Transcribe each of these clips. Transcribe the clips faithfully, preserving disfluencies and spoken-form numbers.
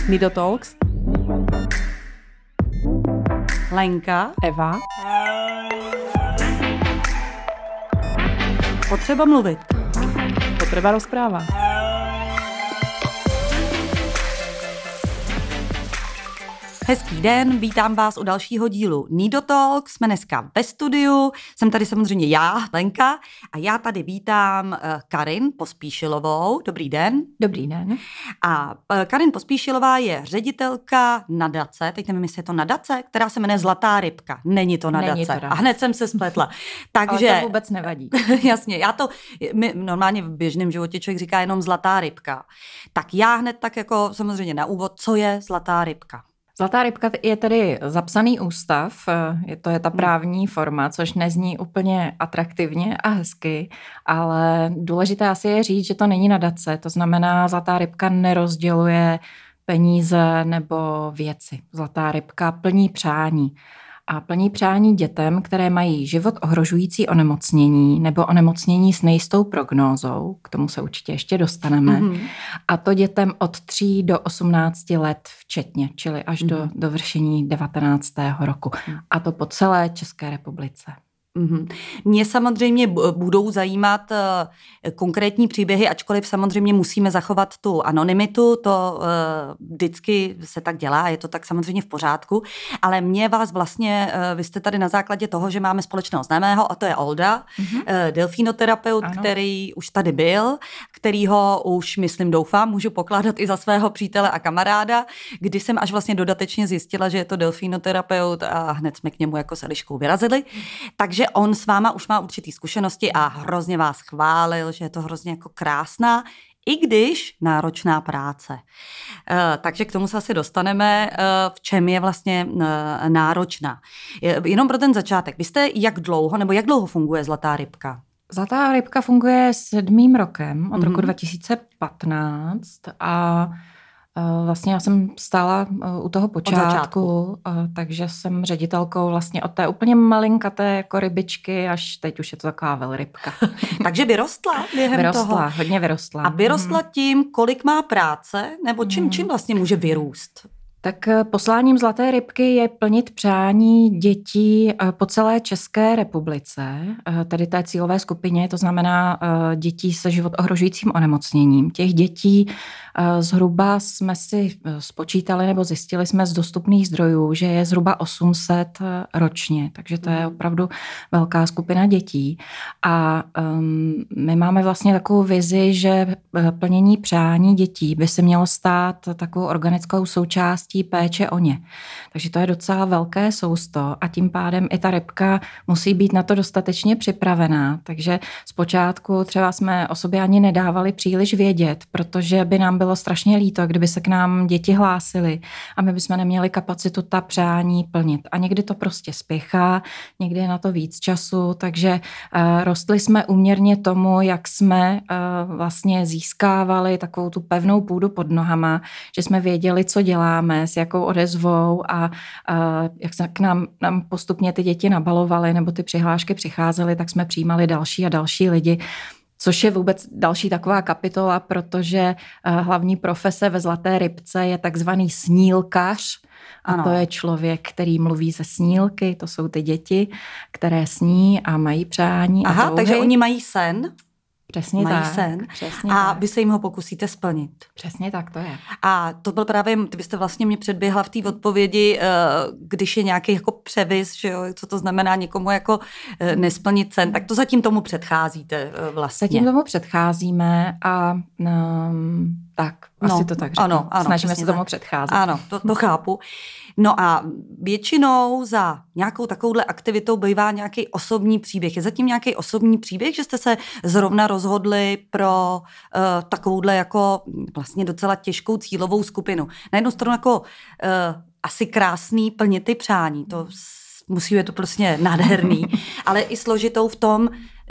Nido Talks. Lenka. Eva. Potřeba mluvit. Potřeba rozpráva. Hezký den, vítám vás u dalšího dílu Nido Talks. Jsme dneska ve studiu, jsem tady samozřejmě já, Lenka, a já tady vítám Karin Pospíšilovou. Dobrý den. Dobrý den. A Karin Pospíšilová je ředitelka nadace, teď nevím, jestli je to nadace, která se jmenuje Zlatá rybka. Není to nadace. Není to nadace. A hned jsem se spletla. Takže, ale to vůbec nevadí. Jasně, já to, my, normálně v běžném životě člověk říká jenom Zlatá rybka. Tak já hned tak jako samozřejmě na úvod, co je Zlatá rybka? Zlatá rybka je tedy zapsaný ústav, je to je ta právní forma, což nezní úplně atraktivně a hezky, ale důležité asi je říct, že to není nadace, to znamená, Zlatá rybka nerozděluje peníze nebo věci. Zlatá rybka plní přání. A plní přání dětem, které mají život ohrožující onemocnění nebo onemocnění s nejistou prognózou, k tomu se určitě ještě dostaneme, mm-hmm. a to dětem od tří do osmnácti let včetně, čili až mm-hmm. do dovršení devatenáctého roku. A to po celé České republice. Mm-hmm. Mě samozřejmě budou zajímat uh, konkrétní příběhy, ačkoliv samozřejmě musíme zachovat tu anonymitu, to uh, vždycky se tak dělá, je to tak samozřejmě v pořádku, ale mě vás vlastně, uh, vy jste tady na základě toho, že máme společného známého, a to je Olda, mm-hmm. uh, delfínoterapeut, ano. který už tady byl, kterýho už, myslím, doufám, můžu pokládat i za svého přítele a kamaráda, kdy jsem až vlastně dodatečně zjistila, že je to delfínoterapeut a hned jsme k němu jako s Eliškou vyrazili, takže že on s váma už má určitý zkušenosti a hrozně vás chválil, že je to hrozně jako krásná, i když náročná práce. E, takže k tomu se asi dostaneme, e, v čem je vlastně e, náročná. E, jenom pro ten začátek, vy jste jak dlouho, nebo jak dlouho funguje Zlatá rybka? Zlatá rybka funguje sedmým rokem, od mm-hmm. roku dva tisíce patnáct a vlastně já jsem stála u toho počátku, takže jsem ředitelkou vlastně od té úplně malinkaté jako rybičky až teď už je to taková velrybka. Takže vyrostla během vyrostla, toho? Vyrostla, hodně vyrostla. A vyrostla tím, kolik má práce, nebo čím, čím vlastně může vyrůst? Tak posláním Zlaté rybky je plnit přání dětí po celé České republice, tedy té cílové skupině, to znamená dětí se život ohrožujícím onemocněním. Těch dětí zhruba jsme si spočítali nebo zjistili jsme z dostupných zdrojů, že je zhruba osm set ročně, takže to je opravdu velká skupina dětí. A um, my máme vlastně takovou vizi, že plnění přání dětí by se mělo stát takovou organickou součástí péče o ně. Takže to je docela velké sousto a tím pádem i ta rybka musí být na to dostatečně připravená. Takže zpočátku třeba jsme o sobě ani nedávali příliš vědět, protože by nám bylo strašně líto, kdyby se k nám děti hlásily a my bychom neměli kapacitu ta přání plnit. A někdy to prostě spěchá, někdy je na to víc času, takže uh, rostli jsme úměrně tomu, jak jsme uh, vlastně získávali takovou tu pevnou půdu pod nohama, že jsme věděli, co děláme, s jakou odezvou a, a jak se k nám, nám postupně ty děti nabalovaly nebo ty přihlášky přicházely, tak jsme přijímali další a další lidi, což je vůbec další taková kapitola, protože hlavní profese ve Zlaté rybce je takzvaný snílkař. A ano. To je člověk, který mluví ze snílky, to jsou ty děti, které sní a mají přání. Aha, a takže oni mají sen. Přesně mají tak. sen Přesně a tak. vy se jim ho pokusíte splnit. Přesně tak to je. A to byl právě, ty byste vlastně mě předběhla v té odpovědi, když je nějaký jako převis, že jo, co to znamená někomu jako nesplnit sen, tak to zatím tomu předcházíte vlastně. Zatím tomu předcházíme a um, tak, asi no, to tak řeknu. Ano, ano, snažíme se tomu tak. předcházet. Ano, to, to chápu. No a většinou za nějakou takovouhle aktivitou bývá nějaký osobní příběh. Je zatím nějaký osobní příběh, že jste se zrovna rozhodli pro uh, takovouhle jako vlastně docela těžkou cílovou skupinu. Na jednu stranu jako uh, asi krásný plnit ty přání, to musí být to prostě nádherný, ale i složitou v tom,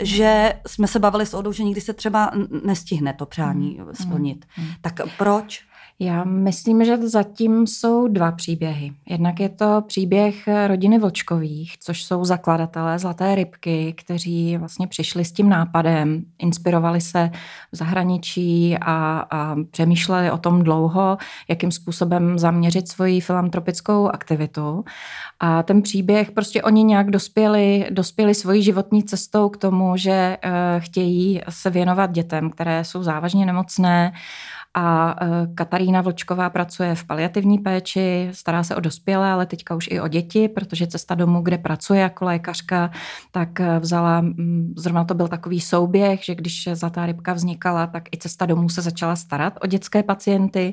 že jsme se bavili s Oldou, že nikdy se třeba nestihne to přání splnit. Tak proč? Já myslím, že zatím jsou dva příběhy. Jednak je to příběh rodiny Vlčkových, což jsou zakladatelé Zlaté rybky, kteří vlastně přišli s tím nápadem, inspirovali se v zahraničí a, a přemýšleli o tom dlouho, jakým způsobem zaměřit svoji filantropickou aktivitu. A ten příběh, prostě oni nějak dospěli, dospěli svojí životní cestou k tomu, že uh, chtějí se věnovat dětem, které jsou závažně nemocné. A Katarína Vlčková pracuje v paliativní péči, stará se o dospělé, ale teďka už i o děti, protože Cesta domů, kde pracuje jako lékařka, tak vzala, zrovna to byl takový souběh, že když Zlatá rybka vznikala, tak i Cesta domů se začala starat o dětské pacienty.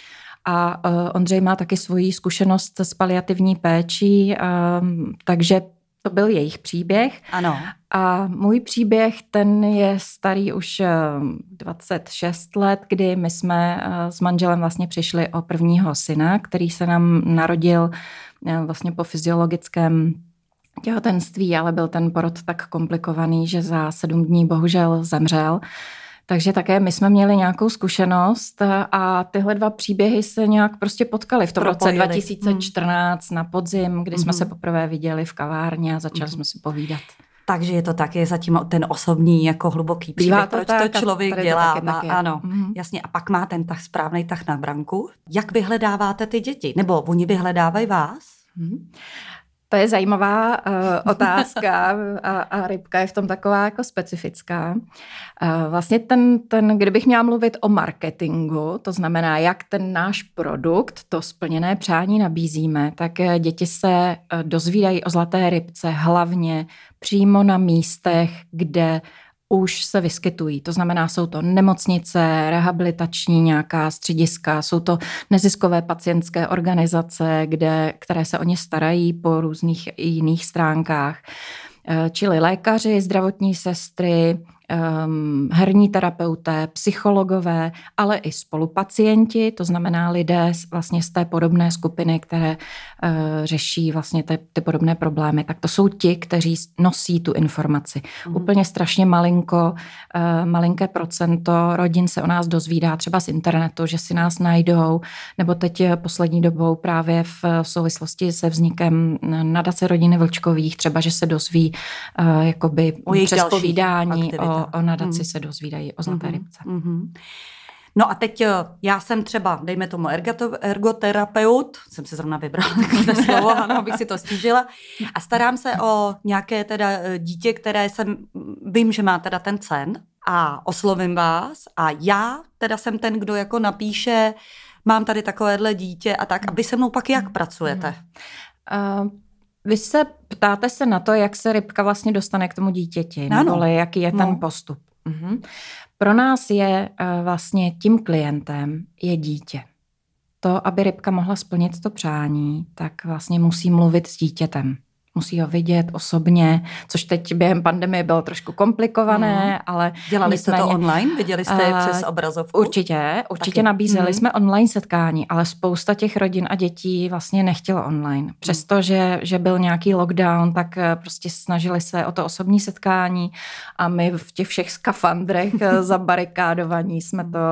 A Ondřej má taky svoji zkušenost s paliativní péčí, takže to byl jejich příběh. Ano. A můj příběh, ten je starý už dvacet šest let, kdy my jsme s manželem vlastně přišli o prvního syna, který se nám narodil vlastně po fyziologickém těhotenství, ale byl ten porod tak komplikovaný, že za sedm dní bohužel zemřel. Takže také my jsme měli nějakou zkušenost a tyhle dva příběhy se nějak prostě potkaly v tom Propojili. roce dva tisíce čtrnáct hmm. na podzim, kdy jsme hmm. se poprvé viděli v kavárně a začali hmm. jsme si povídat. Takže je to taky zatím ten osobní jako hluboký příběh, proč tak, to člověk dělá. To taky, taky ano, mm-hmm. jasně. A pak má ten tah, správný tah na branku. Jak vyhledáváte ty děti? Nebo oni vyhledávají vás? Mm-hmm. To je zajímavá uh, otázka a, a rybka je v tom taková jako specifická. Uh, vlastně ten, ten, kdybych měla mluvit o marketingu, to znamená, jak ten náš produkt, to splněné přání nabízíme, tak děti se dozvídají o Zlaté rybce hlavně přímo na místech, kde už se vyskytují. To znamená, jsou to nemocnice, rehabilitační nějaká střediska, jsou to neziskové pacientské organizace, kde, které se o ně starají po různých jiných stránkách. Čili lékaři, zdravotní sestry, um, herní terapeuté, psychologové, ale i spolupacienti, to znamená lidé vlastně z té podobné skupiny, které uh, řeší vlastně ty, ty podobné problémy. Tak to jsou ti, kteří nosí tu informaci. Mm. Úplně strašně malinko, uh, malinké procento rodin se o nás dozvídá třeba z internetu, že si nás najdou, nebo teď poslední dobou právě v, v souvislosti se vznikem nadace rodiny Vlčkových, třeba, že se dozví uh, jakoby přes povídání o O, o nadaci hmm. se dozvídají o Zlaté rybce. Hmm. No a teď já jsem třeba, dejme tomu ergoterapeut, jsem si zrovna vybrala takové slovo, ano, abych si to stížila, a starám se o nějaké teda dítě, které jsem, vím, že má teda ten cen a oslovím vás a já teda jsem ten, kdo jako napíše, mám tady takovéhle dítě a tak, a vy se mnou pak jak pracujete? Uh, Vy se ptáte se na to, jak se rybka vlastně dostane k tomu dítěti, nebo jaký je ten no. postup. Mhm. Pro nás je uh, vlastně tím klientem je dítě. To, aby rybka mohla splnit to přání, tak vlastně musí mluvit s dítětem. Musí ho vidět osobně, což teď během pandemie bylo trošku komplikované, mm. ale... Dělali jste to online? Viděli jste je přes obrazovku? Určitě, určitě Taky. nabízeli mm. jsme online setkání, ale spousta těch rodin a dětí vlastně nechtělo online. Přestože že byl nějaký lockdown, tak prostě snažili se o to osobní setkání a my v těch všech skafandrech zabarikádovaní jsme to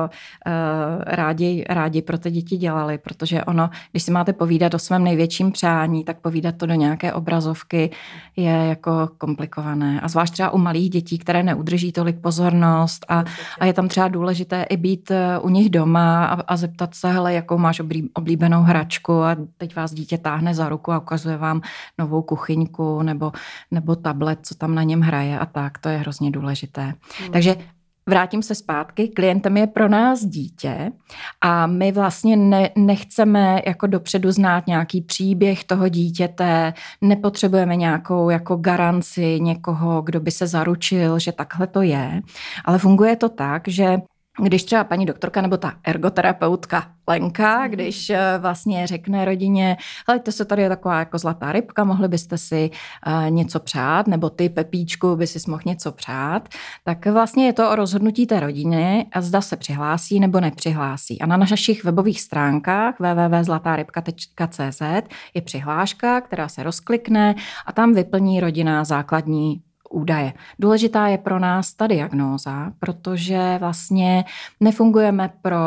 uh, rádi, rádi pro ty děti dělali, protože ono, když si máte povídat o svém největším přání, tak povídat to do nějaké obrazovky je jako komplikované. A zvlášť třeba u malých dětí, které neudrží tolik pozornost a, a je tam třeba důležité i být u nich doma a, a zeptat se, hele, jakou máš oblí, oblíbenou hračku a teď vás dítě táhne za ruku a ukazuje vám novou kuchyňku nebo, nebo tablet, co tam na něm hraje a tak. To je hrozně důležité. Hmm. Takže vrátím se zpátky, klientem je pro nás dítě a my vlastně ne, nechceme jako dopředu znát nějaký příběh toho dítěte, nepotřebujeme nějakou jako garanci někoho, kdo by se zaručil, že takhle to je, ale funguje to tak, že když třeba paní doktorka nebo ta ergoterapeutka Lenka, když vlastně řekne rodině, hejte se, tady je taková jako zlatá rybka, mohli byste si uh, něco přát, nebo ty, Pepíčku, by si mohl něco přát, tak vlastně je to o rozhodnutí té rodiny a zda se přihlásí nebo nepřihlásí. A na našich webových stránkách w w w tečka zlatá rybka tečka c z je přihláška, která se rozklikne a tam vyplní rodina základní údaje. Důležitá je pro nás ta diagnóza, protože vlastně nefungujeme pro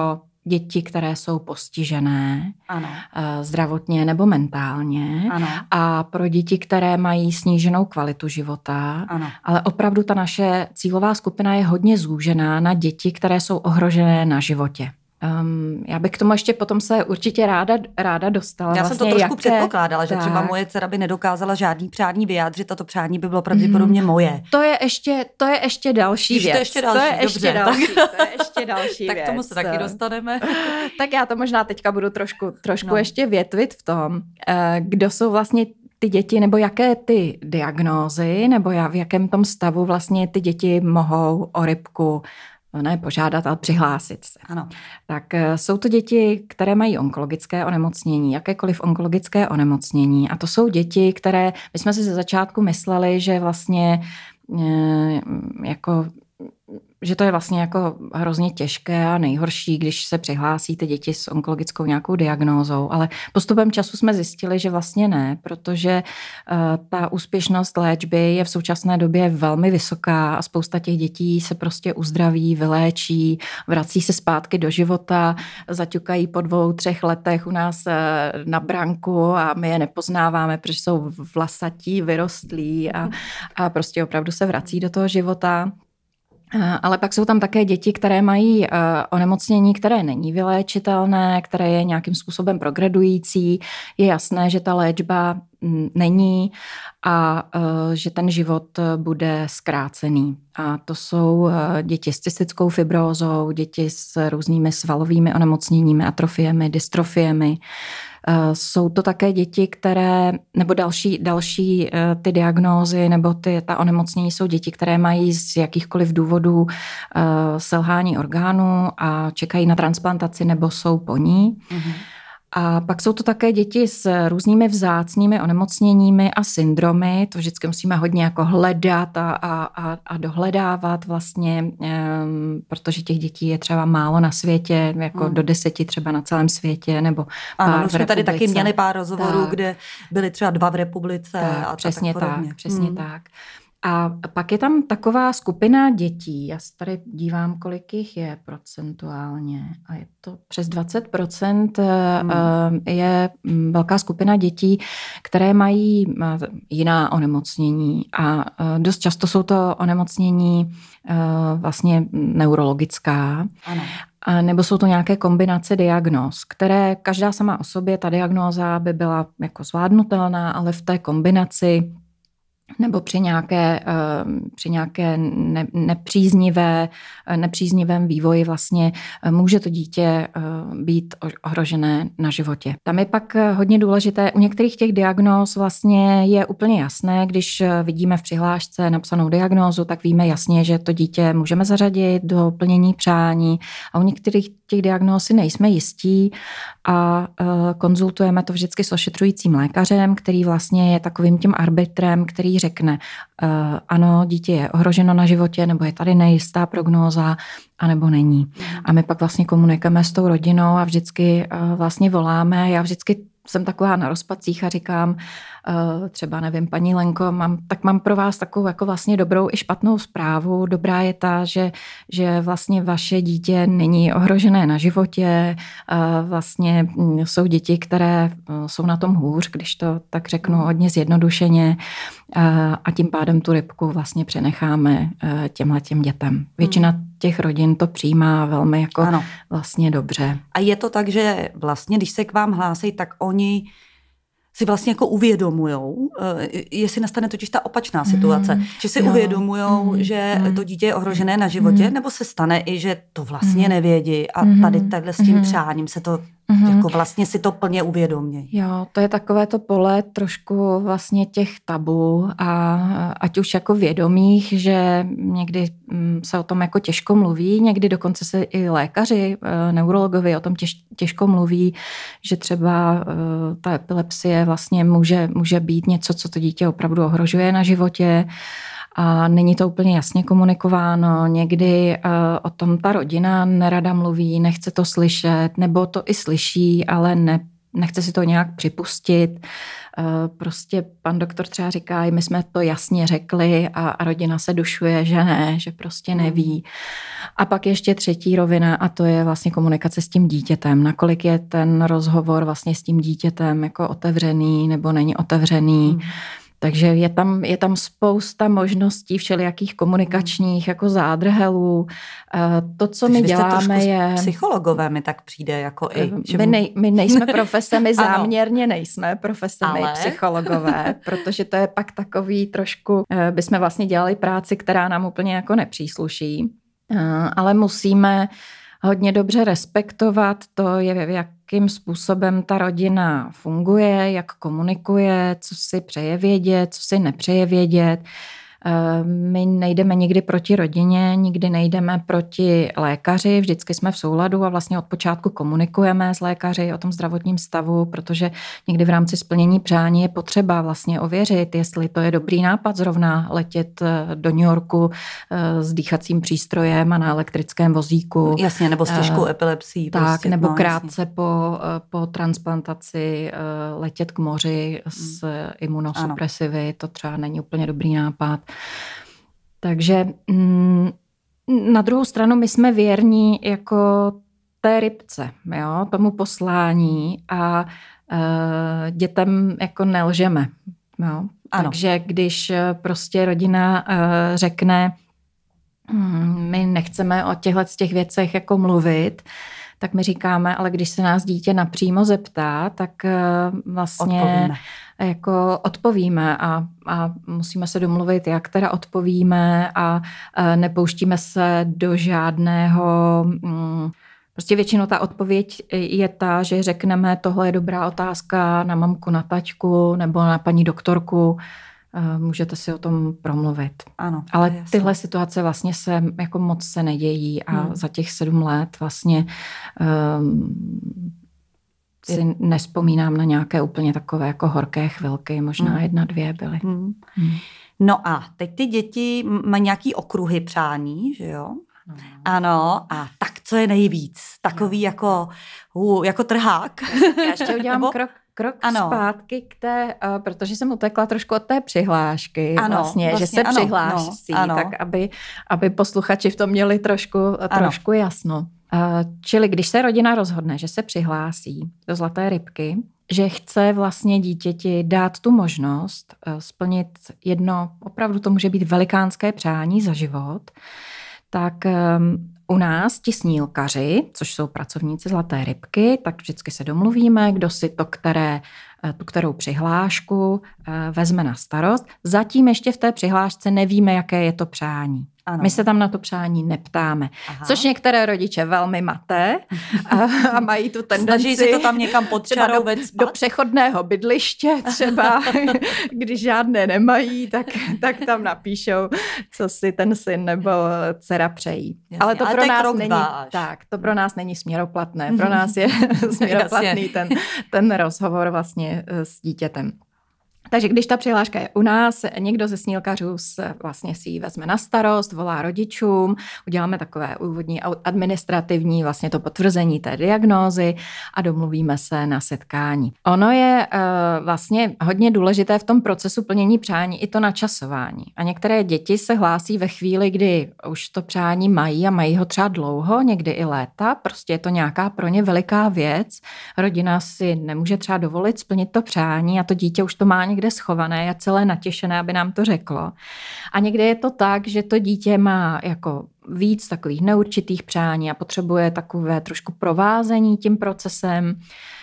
děti, které jsou postižené, ano. zdravotně nebo mentálně, ano. a pro děti, které mají sníženou kvalitu života. Ano. Ale opravdu ta naše cílová skupina je hodně zúžená na děti, které jsou ohrožené na životě. Um, já bych k tomu ještě potom se určitě ráda, ráda dostala. Já vlastně jsem to trošku jaké... předpokládala, že tak. třeba moje dcera by nedokázala žádný přání vyjádřit a to přání by bylo pravděpodobně mm, moje. To je ještě, to je ještě další Víš, věc. To je ještě další, to je dobře, ještě další, to je ještě další tak věc. k tomu se taky dostaneme. Tak já to možná teďka budu trošku, trošku no. ještě větvit v tom, kdo jsou vlastně ty děti, nebo jaké ty diagnózy, nebo v jakém tom stavu vlastně ty děti mohou o rybku ne požádat, ale přihlásit se. Ano. Tak jsou to děti, které mají onkologické onemocnění, jakékoliv onkologické onemocnění. A to jsou děti, které, my jsme si ze začátku mysleli, že vlastně jako že to je vlastně jako hrozně těžké a nejhorší, když se přihlásí ty děti s onkologickou nějakou diagnózou, ale postupem času jsme zjistili, že vlastně ne, protože uh, ta úspěšnost léčby je v současné době velmi vysoká a spousta těch dětí se prostě uzdraví, vyléčí, vrací se zpátky do života, zaťukají po dvou, třech letech u nás uh, na branku a my je nepoznáváme, protože jsou vlasatí, vyrostlí a, a prostě opravdu se vrací do toho života. Ale pak jsou tam také děti, které mají uh, onemocnění, které není vyléčitelné, které je nějakým způsobem progredující. Je jasné, že ta léčba m, není a uh, že ten život bude zkrácený. A to jsou uh, děti s cystickou fibrózou, děti s různými svalovými onemocněními, atrofiemi, dystrofiemi. Jsou to také děti, které, nebo další, další ty diagnózy nebo ty, ta onemocnění jsou děti, které mají z jakýchkoliv důvodů uh, selhání orgánů a čekají na transplantaci nebo jsou po ní. Mm-hmm. A pak jsou to také děti s různými vzácnými onemocněními a syndromy. To vždycky musíme hodně jako hledat a, a, a dohledávat vlastně, um, protože těch dětí je třeba málo na světě, jako hmm. do deseti třeba na celém světě, nebo ano, my jsme tady taky měli pár rozhovorů, tak. kde byly třeba dva v republice. Tak, a přesně tak, tak, tak přesně hmm. tak. A pak je tam taková skupina dětí, já se tady dívám, kolik jich je procentuálně, a je to přes dvacet procent hmm. je velká skupina dětí, které mají jiná onemocnění a dost často jsou to onemocnění vlastně neurologická. Ano. Nebo jsou to nějaké kombinace diagnóz, které každá sama o sobě, ta diagnóza by byla jako zvládnutelná, ale v té kombinaci nebo při nějaké, při nějaké ne, nepříznivé, nepříznivém vývoji vlastně může to dítě být ohrožené na životě. Tam je pak hodně důležité, u některých těch diagnóz vlastně je úplně jasné, když vidíme v přihlášce napsanou diagnózu, tak víme jasně, že to dítě můžeme zařadit do plnění přání a u některých těch diagnóz si nejsme jistí a konzultujeme to vždycky s ošetřujícím lékařem, který vlastně je takovým tím arbitrem, který řekne, uh, ano, dítě je ohroženo na životě, nebo je tady nejistá prognóza, anebo není. A my pak vlastně komunikujeme s tou rodinou a vždycky uh, vlastně voláme. Já vždycky jsem taková na rozpacích a říkám, uh, třeba nevím, paní Lenko, mám, tak mám pro vás takovou jako vlastně dobrou i špatnou zprávu. Dobrá je ta, že, že vlastně vaše dítě není ohrožené na životě. Uh, vlastně jsou děti, které uh, jsou na tom hůř, když to tak řeknu hodně zjednodušeně. Uh, a tím pádem tu rybku vlastně přenecháme uh, těmhletěm dětem. Většina těch rodin to přijímá velmi jako ano. vlastně dobře. A je to tak, že vlastně, když se k vám hlásí, tak oni si vlastně jako uvědomujou, jestli nastane totiž ta opačná situace, mm, že si no, uvědomujou, mm, že mm, to dítě je ohrožené na životě, mm, nebo se stane i, že to vlastně mm, nevědí a tady takhle s tím mm, přáním se to mm-hmm. jako vlastně si to plně uvědomějí. Jo, to je takové to pole trošku vlastně těch tabu a ať už jako vědomých, že někdy se o tom jako těžko mluví, někdy dokonce se i lékaři, neurologovi o tom těž, těžko mluví, že třeba ta epilepsie vlastně může, může být něco, co to dítě opravdu ohrožuje na životě. A není to úplně jasně komunikováno. Někdy uh, o tom ta rodina nerada mluví, nechce to slyšet, nebo to i slyší, ale ne, nechce si to nějak připustit. Prostě pan doktor třeba říká, my jsme to jasně řekli a, a rodina se dušuje, že ne, že prostě neví. A pak ještě třetí rovina a to je vlastně komunikace s tím dítětem. Nakolik je ten rozhovor vlastně s tím dítětem jako otevřený nebo není otevřený. Hmm. Takže je tam, je tam spousta možností všelijakých komunikačních jako zádrhelů. To, co Takže my děláme, je... psychologové mi tak přijde jako i... Že... My, nej, my nejsme profese, my záměrně nejsme profese, my Ale... psychologové, protože to je pak takový trošku... Bychom vlastně dělali práci, která nám úplně jako nepřísluší. Ale musíme hodně dobře respektovat to, jakým způsobem ta rodina funguje, jak komunikuje, co si přeje vědět, co si nepřeje vědět. My nejdeme nikdy proti rodině, nikdy nejdeme proti lékaři, vždycky jsme v souladu a vlastně od počátku komunikujeme s lékaři o tom zdravotním stavu, protože někdy v rámci splnění přání je potřeba vlastně ověřit, jestli to je dobrý nápad zrovna letět do New Yorku s dýchacím přístrojem a na elektrickém vozíku. Jasně, nebo s těžkou epilepsií. Tak, prostě, nebo no, krátce po, po transplantaci letět k moři s imunosupresivy, ano. To třeba není úplně dobrý nápad. Takže na druhou stranu my jsme věrní jako té rybce, jo, tomu poslání a e, dětem jako nelžeme. Jo. Takže když prostě rodina e, řekne, my nechceme o těchto těch věcech jako mluvit, tak my říkáme, ale když se nás dítě napřímo zeptá, tak vlastně odpovíme, jako odpovíme a, a musíme se domluvit, jak teda odpovíme a nepouštíme se do žádného... Prostě většinou ta odpověď je ta, že řekneme, tohle je dobrá otázka na mamku, na taťku nebo na paní doktorku, můžete si o tom promluvit. Ano, ale tyhle situace vlastně se jako moc se nedějí a hmm. za těch sedm let vlastně um, si nespomínám na nějaké úplně takové jako horké chvilky, možná hmm. jedna, dvě byly. Hmm. Hmm. No a teď ty děti mají nějaký okruhy přání, že jo? No. Ano, a tak co je nejvíc? Takový no. jako, uh, jako trhák. Já ještě udělám Nebo? krok Krok ano. zpátky k té, uh, protože jsem utekla trošku od té přihlášky, ano, vlastně, vlastně, že se ano, přihlásí, no, tak aby, aby posluchači v tom měli trošku, trošku jasno. Uh, čili když se rodina rozhodne, že se přihlásí do Zlaté rybky, že chce vlastně dítěti dát tu možnost uh, splnit jedno, opravdu to může být velikánské přání za život, tak um, u nás ti snílkaři, což jsou pracovníci Zlaté rybky, tak vždycky se domluvíme, kdo si to, které, tu kterou přihlášku vezme na starost. Zatím ještě v té přihlášce nevíme, jaké je to přání. Ano. My se tam na to přání neptáme. Aha. Což některé rodiče velmi maté a, a mají tu tendenci... Snaží si to tam někam pod čarou do, do přechodného bydliště třeba, když žádné nemají, tak, tak tam napíšou, co si ten syn nebo dcera přejí. Jasně, ale to ale pro nás není tak, to pro nás není směroplatné. Pro nás je směroplatný ten, ten rozhovor vlastně s dítětem. Takže když ta přihláška je u nás, někdo ze snílkařů vlastně si ji vezme na starost, volá rodičům, uděláme takové úvodní administrativní vlastně to potvrzení té diagnózy a domluvíme se na setkání. Ono je uh, vlastně hodně důležité v tom procesu plnění přání i to načasování. A některé děti se hlásí ve chvíli, kdy už to přání mají a mají ho třeba dlouho, někdy i léta, prostě je to nějaká pro ně veliká věc. Rodina si nemůže třeba dovolit splnit to přání a to dítě už to má někde schované, je celé natěšené, aby nám to řeklo. A někde je to tak, že to dítě má jako víc takových neurčitých přání a potřebuje takové trošku provázení tím procesem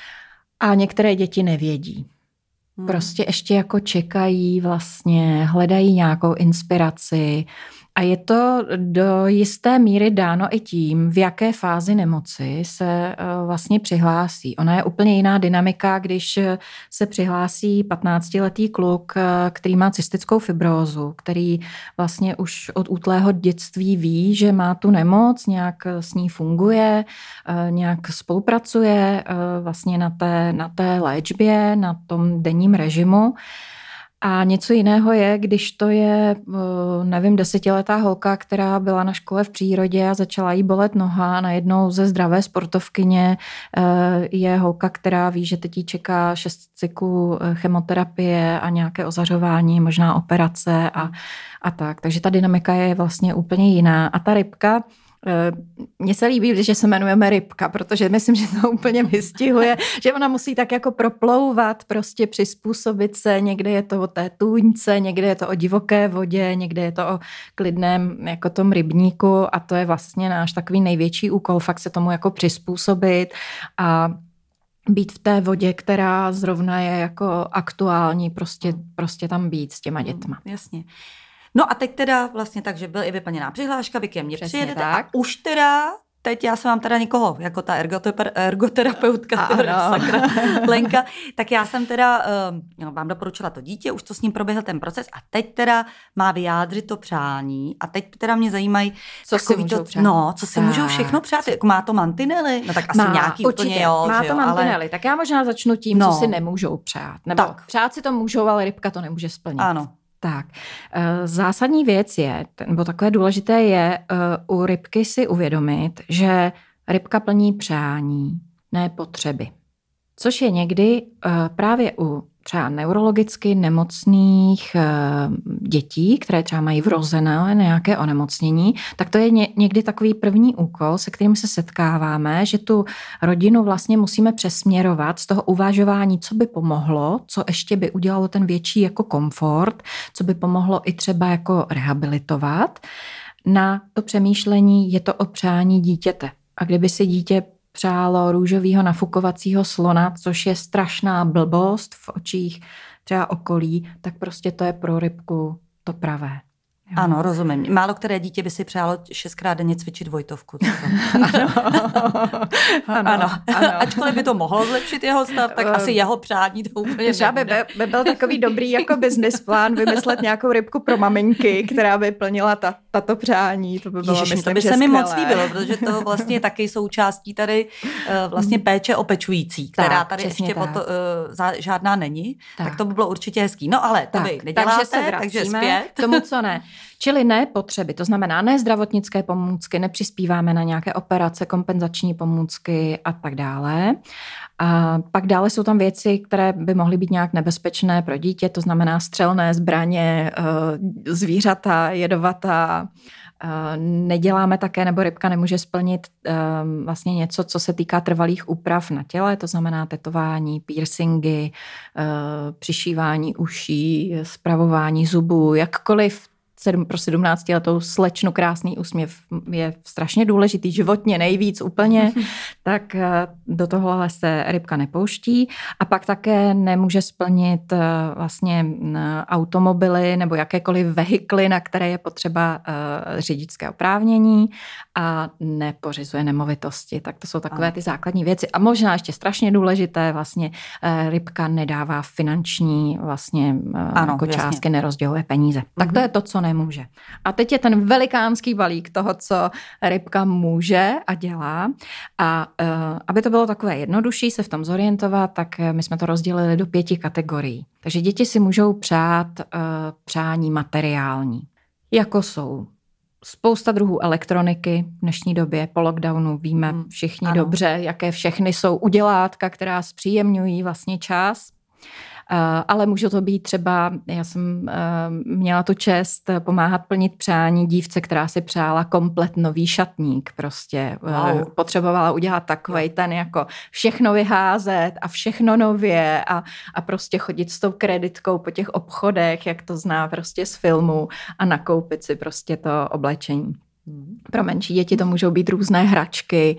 a některé děti nevědí. Hmm. Prostě ještě jako čekají vlastně, hledají nějakou inspiraci a je to do jisté míry dáno i tím, v jaké fázi nemoci se vlastně přihlásí. Ona je úplně jiná dynamika, když se přihlásí patnáctiletý kluk, který má cystickou fibrózu, který vlastně už od útlého dětství ví, že má tu nemoc, nějak s ní funguje, nějak spolupracuje vlastně na té, na té léčbě, na tom denním režimu. A něco jiného je, když to je, nevím, desetiletá holka, která byla na škole v přírodě a začala jí bolet noha a najednou ze zdravé sportovkyně je holka, která ví, že teď jí čeká šest cyklů chemoterapie a nějaké ozařování, možná operace a, a tak. Takže ta dynamika je vlastně úplně jiná. A ta rybka, mně se líbí, že se jmenujeme rybka, protože myslím, že to úplně vystihuje, že ona musí tak jako proplouvat, prostě přizpůsobit se, někde je to o té tůňce, někde je to o divoké vodě, někde je to o klidném jako tom rybníku a to je vlastně náš takový největší úkol, fakt se tomu jako přizpůsobit a být v té vodě, která zrovna je jako aktuální, prostě, prostě tam být s těma dětma. Jasně. No a teď teda vlastně tak, že byl i vyplněná přihláška, vy ke mně Přesně přijedete tak. A už teda, teď já jsem vám teda někoho, jako ta ergoter- ergoterapeutka, sakra, Lenka, tak já jsem teda uh, vám doporučila to dítě, už to s ním proběhl ten proces a teď teda má vyjádřit to přání a teď teda mě zajímají, co si můžou to, přát. No, co si tak. můžou všechno přát, jako má to mantinely? No tak asi má, nějaký určitě, úplně jo, má že to jo, mantinely, ale... tak já možná začnu tím, no. co si nemůžou přát. Nebo tak. přát si to můžou, ale rybka to nemůže splnit. Ano. Tak, zásadní věc je, nebo takové důležité je u rybky si uvědomit, že rybka plní přání, ne potřeby. Což je někdy právě u třeba neurologicky nemocných dětí, které třeba mají vrozené nějaké onemocnění, tak to je někdy takový první úkol, se kterým se setkáváme, že tu rodinu vlastně musíme přesměrovat z toho uvažování, co by pomohlo, co ještě by udělalo ten větší jako komfort, co by pomohlo i třeba jako rehabilitovat, na to přemýšlení, je to o přání dítěte. A kdyby si dítě přálo růžovýho nafukovacího slona, což je strašná blbost v očích třeba okolí, tak prostě to je pro rybku to pravé. Jo. Ano, rozumím. Málo které dítě by si přálo šestkrát denně cvičit Vojtovku. ano, ano, ano, ano. Ačkoliv by to mohlo zlepšit jeho stav, tak asi jeho přání to úplně třeba by, by byl takový dobrý jako business plán vymyslet nějakou rybku pro maminky, která by plnila ta, tato přání. To by bylo, Ježiš, myslím, to by že se mi skvělé. moc líbilo, protože to vlastně je taky součástí tady vlastně péče o pečující, která tak, tady ještě tak. Poto, uh, žádná není. Tak. tak to by bylo určitě hezký. No ale to tak, vy neděláte, takže, se takže zpět. Tomu, co ne. Čili ne potřeby, to znamená ne zdravotnické pomůcky, nepřispíváme na nějaké operace, kompenzační pomůcky a tak dále. A pak dále jsou tam věci, které by mohly být nějak nebezpečné pro dítě, to znamená střelné zbraně, zvířata, jedovatá. Neděláme také, nebo rybka nemůže splnit vlastně něco, co se týká trvalých úprav na těle, to znamená tetování, piercingy, přišívání uší, spravování zubů, jakkoliv pro sedmnáctiletou slečnu krásný úsměv je strašně důležitý, životně nejvíc úplně, tak do tohohle se rybka nepouští. A pak také nemůže splnit vlastně automobily nebo jakékoliv vehikly, na které je potřeba řidičské oprávnění a nepořizuje nemovitosti. Tak to jsou takové ty základní věci. A možná ještě strašně důležité, vlastně rybka nedává finanční vlastně ano, jako částky, nerozděluje peníze. Mm-hmm. Tak to je to, co nemůže. A teď je ten velikánský balík toho, co rybka může a dělá. A uh, aby to bylo takové jednodušší se v tom zorientovat, tak my jsme to rozdělili do pěti kategorií. Takže děti si můžou přát uh, přání materiální, jako jsou spousta druhů elektroniky v dnešní době, po lockdownu víme hmm, všichni ano. dobře, jaké všechny jsou udělátka, která zpříjemňují vlastně čas. Ale může to být třeba, já jsem měla tu čest pomáhat plnit přání dívce, která si přála komplet nový šatník prostě. Wow. Potřebovala udělat takovej ten jako všechno vyházet a všechno nově a, a prostě chodit s tou kreditkou po těch obchodech, jak to zná prostě z filmu a nakoupit si prostě to oblečení. Pro menší děti to můžou být různé hračky,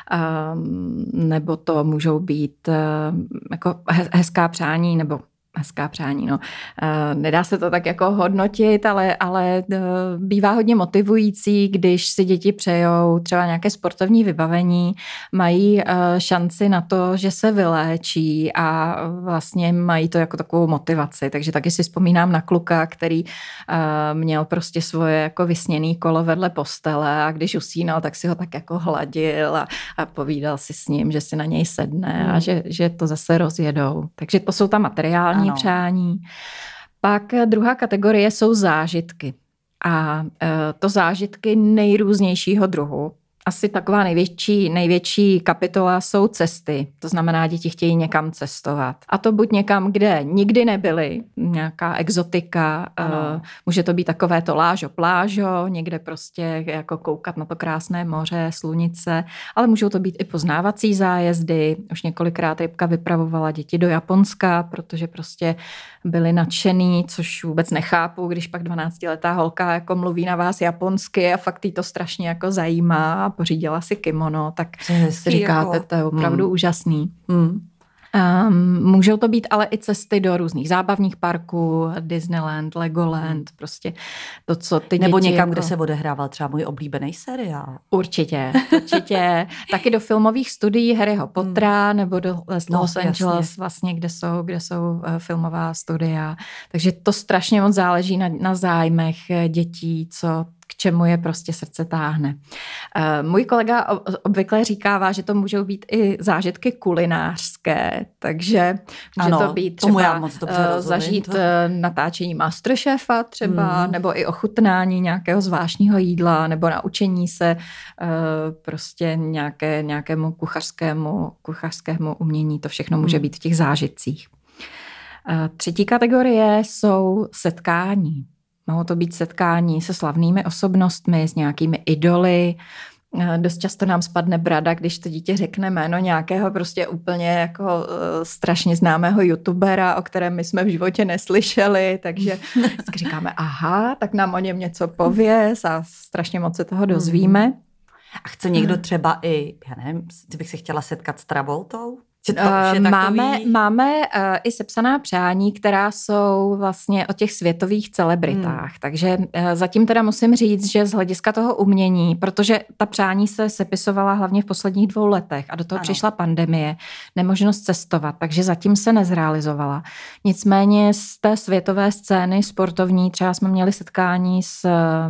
um, nebo to můžou být um, jako hezká přání, nebo hezká přání, no. Uh, nedá se to tak jako hodnotit, ale, ale uh, bývá hodně motivující, když si děti přejou třeba nějaké sportovní vybavení, mají uh, šanci na to, že se vyléčí a vlastně mají to jako takovou motivaci. Takže taky si vzpomínám na kluka, který uh, měl prostě svoje jako vysněný kolo vedle postele a když usínal, tak si ho tak jako hladil a, a povídal si s ním, že si na něj sedne hmm. a že, že to zase rozjedou. Takže to jsou ta materiální přání. Pak druhá kategorie jsou zážitky. A to zážitky nejrůznějšího druhu. Asi taková největší, největší kapitola jsou cesty. To znamená, děti chtějí někam cestovat. A to buď někam, kde nikdy nebyli, nějaká exotika. Ano. Může to být takové to lážo, plážo, někde prostě jako koukat na to krásné moře, slunice, ale můžou to být i poznávací zájezdy. Už několikrát Rybka vypravovala děti do Japonska, protože prostě byli nadšený, což vůbec nechápu, když pak dvanáctiletá holka jako mluví na vás japonsky a fakt jí to strašně jako zajímá a pořídila si kimono, tak si říkáte, jako... to je opravdu hmm. úžasný. Hmm. Um, můžou to být ale i cesty do různých zábavních parků, Disneyland, Legoland, prostě to, co ty Nebo děti... někam, jako... kde se odehrával třeba můj oblíbený seriál. Určitě, určitě. Taky do filmových studií Harryho Pottera hmm. nebo do Los no, Angeles, jasně. vlastně, kde jsou, kde jsou filmová studia. Takže to strašně moc záleží na, na zájmech dětí, co k čemu je prostě srdce táhne. Můj kolega obvykle říkává, že to můžou být i zážitky kulinářské, takže může ano, to být třeba já moc dobře rozumím, zažít to... natáčení Masterchefa třeba, mm. nebo i ochutnání nějakého zvláštního jídla, nebo naučení se prostě nějaké, nějakému kuchařskému, kuchařskému umění. To všechno může být v těch zážitcích. Třetí kategorie jsou setkání. Mohou to být setkání se slavnými osobnostmi, s nějakými idoly. Dost často nám spadne brada, když to dítě řekne jméno nějakého prostě úplně jako uh, strašně známého youtubera, o kterém my jsme v životě neslyšeli, takže říkáme, aha, tak nám o něm něco pověz a strašně moc se toho dozvíme. A chce někdo třeba i, já nevím, kdybych se chtěla setkat s Travoltou? Uh, máme máme uh, i sepsaná přání, která jsou vlastně o těch světových celebritách. Hmm. Takže uh, zatím teda musím říct, že z hlediska toho umění, protože ta přání se sepisovala hlavně v posledních dvou letech a do toho ano. přišla pandemie, nemožnost cestovat, takže zatím se nezrealizovala. Nicméně z té světové scény sportovní třeba jsme měli setkání s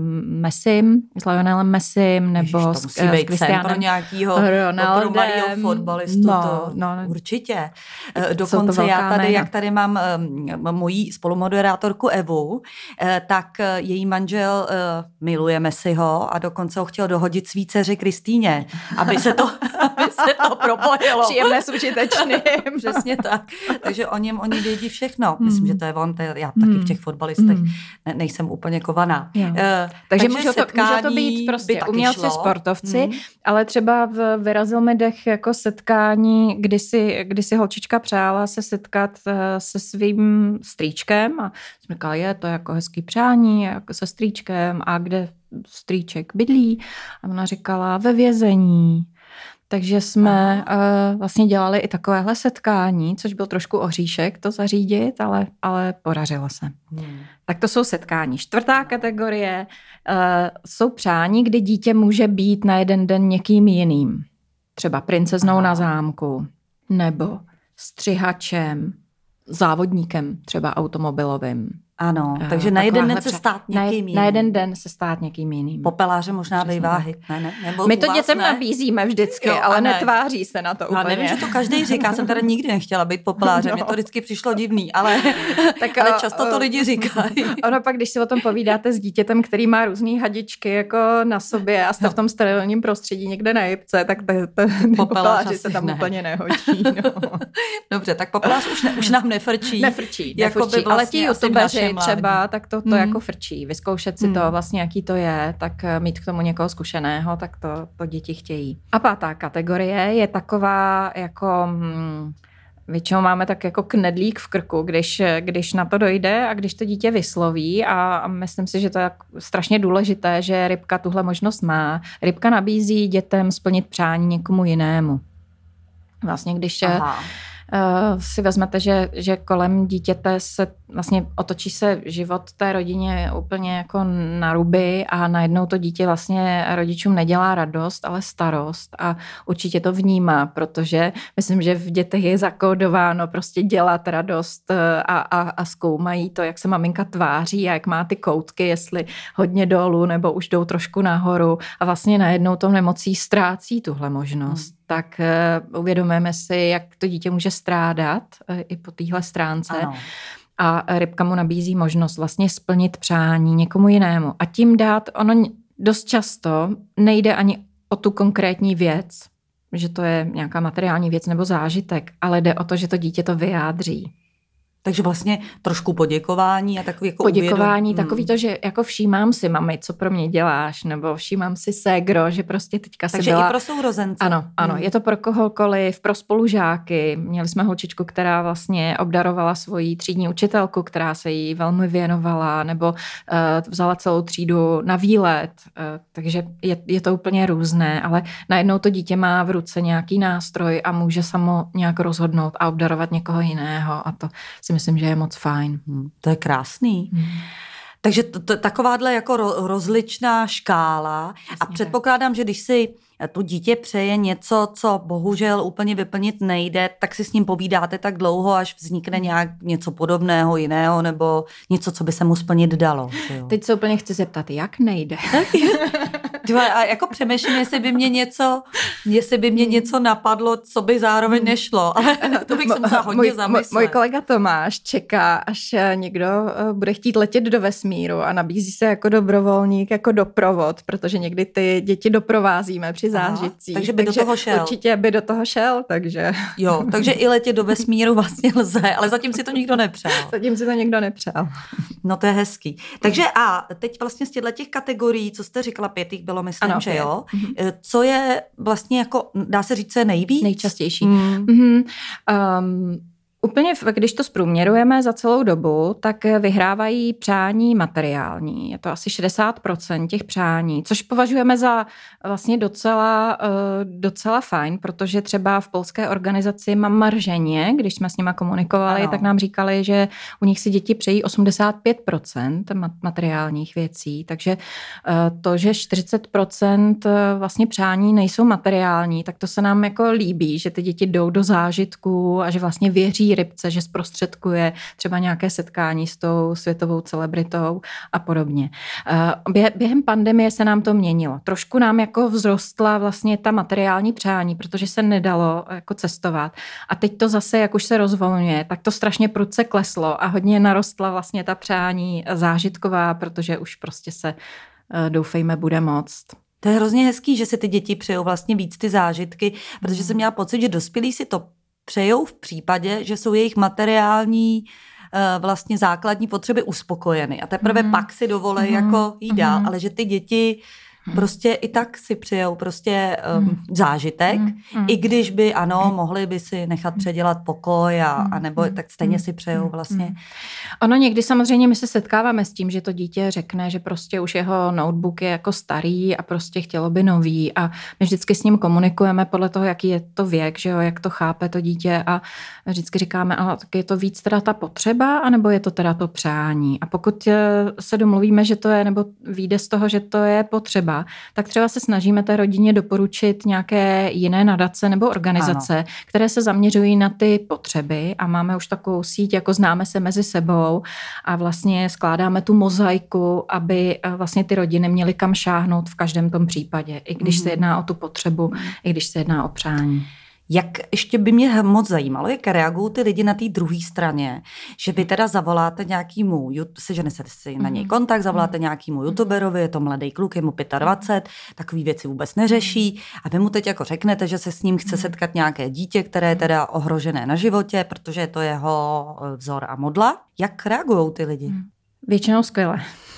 Messim, s Lionelem Messim, nebo Ježiš, s, s Cristianem pro nějakýho Ronaldem. Pro fotbalistu. No, to... no, Určitě. Dokonce já tady, jména. jak tady mám mojí spolumoderátorku Evu, tak její manžel miluje Messiho a dokonce ho chtěl dohodit svý dceři Kristýně, aby se to, aby se to propojilo. Příjemné s užitečným. Přesně tak. Takže o něm oni vědí všechno. Hmm. Myslím, že to je on, to je, já taky v těch fotbalistech hmm. ne, nejsem úplně kovaná. Uh, takže takže může to, může to být prostě umělci, šlo. sportovci, hmm. ale třeba v, vyrazil mi dech jako setkání, kdy si, kdy si holčička přála se setkat se svým strýčkem a jsem říkala, je to jako hezký přání, jako se strýčkem a kde strýček bydlí? A ona říkala, ve vězení. Takže jsme uh, vlastně dělali i takovéhle setkání, což byl trošku oříšek to zařídit, ale, ale podařilo se. Hmm. Tak to jsou setkání. Čtvrtá kategorie uh, jsou přání, kdy dítě může být na jeden den někým jiným. Třeba princeznou Aha. na zámku, nebo střihačem, závodníkem třeba automobilovým. Ano, takže na jeden den se stát někým jiným. Na jeden den se stát někým jiným. Popeláře možná býváhy. Ne, ne, nebo my to dětem ne? nabízíme vždycky, jo, ale ne. netváří se na to úplně. Já nevím, že to každý říká. Jsem teda nikdy nechtěla být popelářem. No. Mně to vždycky přišlo divný, ale, tak, ale často to lidi říkají. Ono pak, když si o tom povídáte s dítětem, který má různý hadičky jako na sobě a jste v tom sterilním prostředí někde na jipce, tak popeláři se tam ne. úplně nehodí. No. Dobře, tak popelář už, ne, už nám nefrčí. Nefrčí, nefrčí. Ale ti youtubeři třeba, tak to, to hmm. jako frčí. Vyzkoušet si hmm. to vlastně, jaký to je, tak mít k tomu někoho zkušeného, tak to, to děti chtějí. A pátá kategorie je taková jako... Hmm, většinou máme tak jako knedlík v krku, když, když na to dojde a když to dítě vysloví a, a myslím si, že to je strašně důležité, že Rybka tuhle možnost má. Rybka nabízí dětem splnit přání někomu jinému. Vlastně když... Aha. Uh, si vezmete, že, že kolem dítěte se vlastně otočí se život té rodině úplně jako na ruby a najednou to dítě vlastně rodičům nedělá radost, ale starost a určitě to vnímá, protože myslím, že v dětech je zakódováno prostě dělat radost a, a, a zkoumají to, jak se maminka tváří a jak má ty koutky, jestli hodně dolů nebo už jdou trošku nahoru a vlastně najednou tou nemocí ztrácí tuhle možnost. Hmm. Tak uh, uvědomujeme si, jak to dítě může strádat uh, i po téhle stránce. Ano. a rybka mu nabízí možnost vlastně splnit přání někomu jinému a tím dát, ono dost často nejde ani o tu konkrétní věc, že to je nějaká materiální věc nebo zážitek, ale jde o to, že to dítě to vyjádří. Takže vlastně trošku poděkování a takový jako Poděkování, uvědom... takový to, že jako všímám si, mami, co pro mě děláš, nebo všímám si ségro, že prostě teďka se Takže byla... i pro sourozence. Ano, ano, hmm. je to pro kohokoliv, pro spolužáky. Měli jsme holčičku, která vlastně obdarovala svoji třídní učitelku, která se jí velmi věnovala, nebo uh, vzala celou třídu na výlet, uh, takže je, je to úplně různé, ale najednou to dítě má v ruce nějaký nástroj a může samo nějak rozhodnout a obdarovat někoho jiného a to si myslím, že je moc fajn. Hmm, to je krásný. Hmm. Takže to, to, takováhle jako ro, rozličná škála. Jasně, a předpokládám, tak. Že když si to dítě přeje něco, co bohužel úplně vyplnit nejde, tak si s ním povídáte tak dlouho, až vznikne nějak něco podobného, jiného, nebo něco, co by se mu splnit dalo. Jo. Teď se úplně chci zeptat, jak nejde? A jako přemýšlím, jestli by mě něco, jestli by mě něco napadlo, co by zároveň nešlo, ale to bych se musela hodně zamyslet. Můj kolega Tomáš čeká, až někdo bude chtít letět do vesmíru a nabízí se jako dobrovolník, jako doprovod, protože někdy ty děti doprovázíme při zážitcích. Takže by takže do toho šel. Určitě by do toho šel, takže... Jo, takže i letět do vesmíru vlastně lze, ale zatím si to nikdo nepřál. Zatím si to nikdo nepřál. No to je hezký. Takže a teď vlastně z těchto kategorií, co jste říkala, pět jich bylo, myslím, ano, že jo. Mm-hmm. Co je vlastně jako, dá se říct, co je nejvíc? Nejčastější. Mm. Mm-hmm. Um, Úplně, když to zprůměrujeme za celou dobu, tak vyhrávají přání materiální. Je to asi šedesát procent těch přání, což považujeme za vlastně docela, docela fajn, protože třeba v polské organizaci Mama Rženě, když jsme s nima komunikovali, ano. tak nám říkali, že u nich si děti přejí osmdesát pět procent materiálních věcí. Takže to, že čtyřicet procent vlastně přání nejsou materiální, tak to se nám jako líbí, že ty děti jdou do zážitku a že vlastně věří rybce, že zprostředkuje třeba nějaké setkání s tou světovou celebritou a podobně. Během pandemie se nám to měnilo. Trošku nám jako vzrostla vlastně ta materiální přání, protože se nedalo jako cestovat. A teď to zase, jak už se rozvolňuje, tak to strašně prudce kleslo a hodně narostla vlastně ta přání zážitková, protože už prostě se, doufejme, bude moct. To je hrozně hezký, že si ty děti přejou vlastně víc ty zážitky, protože jsem měla pocit, že dospělí si to přejou v případě, že jsou jejich materiální vlastně základní potřeby uspokojeny. A teprve mm. pak si dovolej mm. jako jít dál, mm. ale že ty děti prostě i tak si přijou prostě um, zážitek, mm, mm. i když by, ano, mohli by si nechat předělat pokoj a, a nebo tak stejně si přejou vlastně. Mm. Ono někdy samozřejmě my se setkáváme s tím, že to dítě řekne, že prostě už jeho notebook je jako starý a prostě chtělo by nový a my vždycky s ním komunikujeme podle toho, jaký je to věk, že jo, jak to chápe to dítě a vždycky říkáme, ale tak je to víc teda ta potřeba, anebo je to teda to přání. A pokud se domluvíme, že to je, nebo vyjde z toho, že to je potřeba, tak třeba se snažíme té rodině doporučit nějaké jiné nadace nebo organizace, ano. které se zaměřují na ty potřeby a máme už takovou síť, jako známe se mezi sebou a vlastně skládáme tu mozaiku, aby vlastně ty rodiny měly kam šáhnout v každém tom případě, i když mm. se jedná o tu potřebu, mm. i když se jedná o přání. Jak ještě by mě moc zajímalo, jak reagují ty lidi na té druhé straně, že vy teda zavoláte nějakýmu, seženete si na něj kontakt, zavoláte nějakýmu youtuberovi, je to mladý kluk, je mu dvacet pět, takový věci vůbec neřeší a vy mu teď jako řeknete, že se s ním chce setkat nějaké dítě, které je teda ohrožené na životě, protože je to jeho vzor a modla. Jak reagují ty lidi? Většinou skvěle.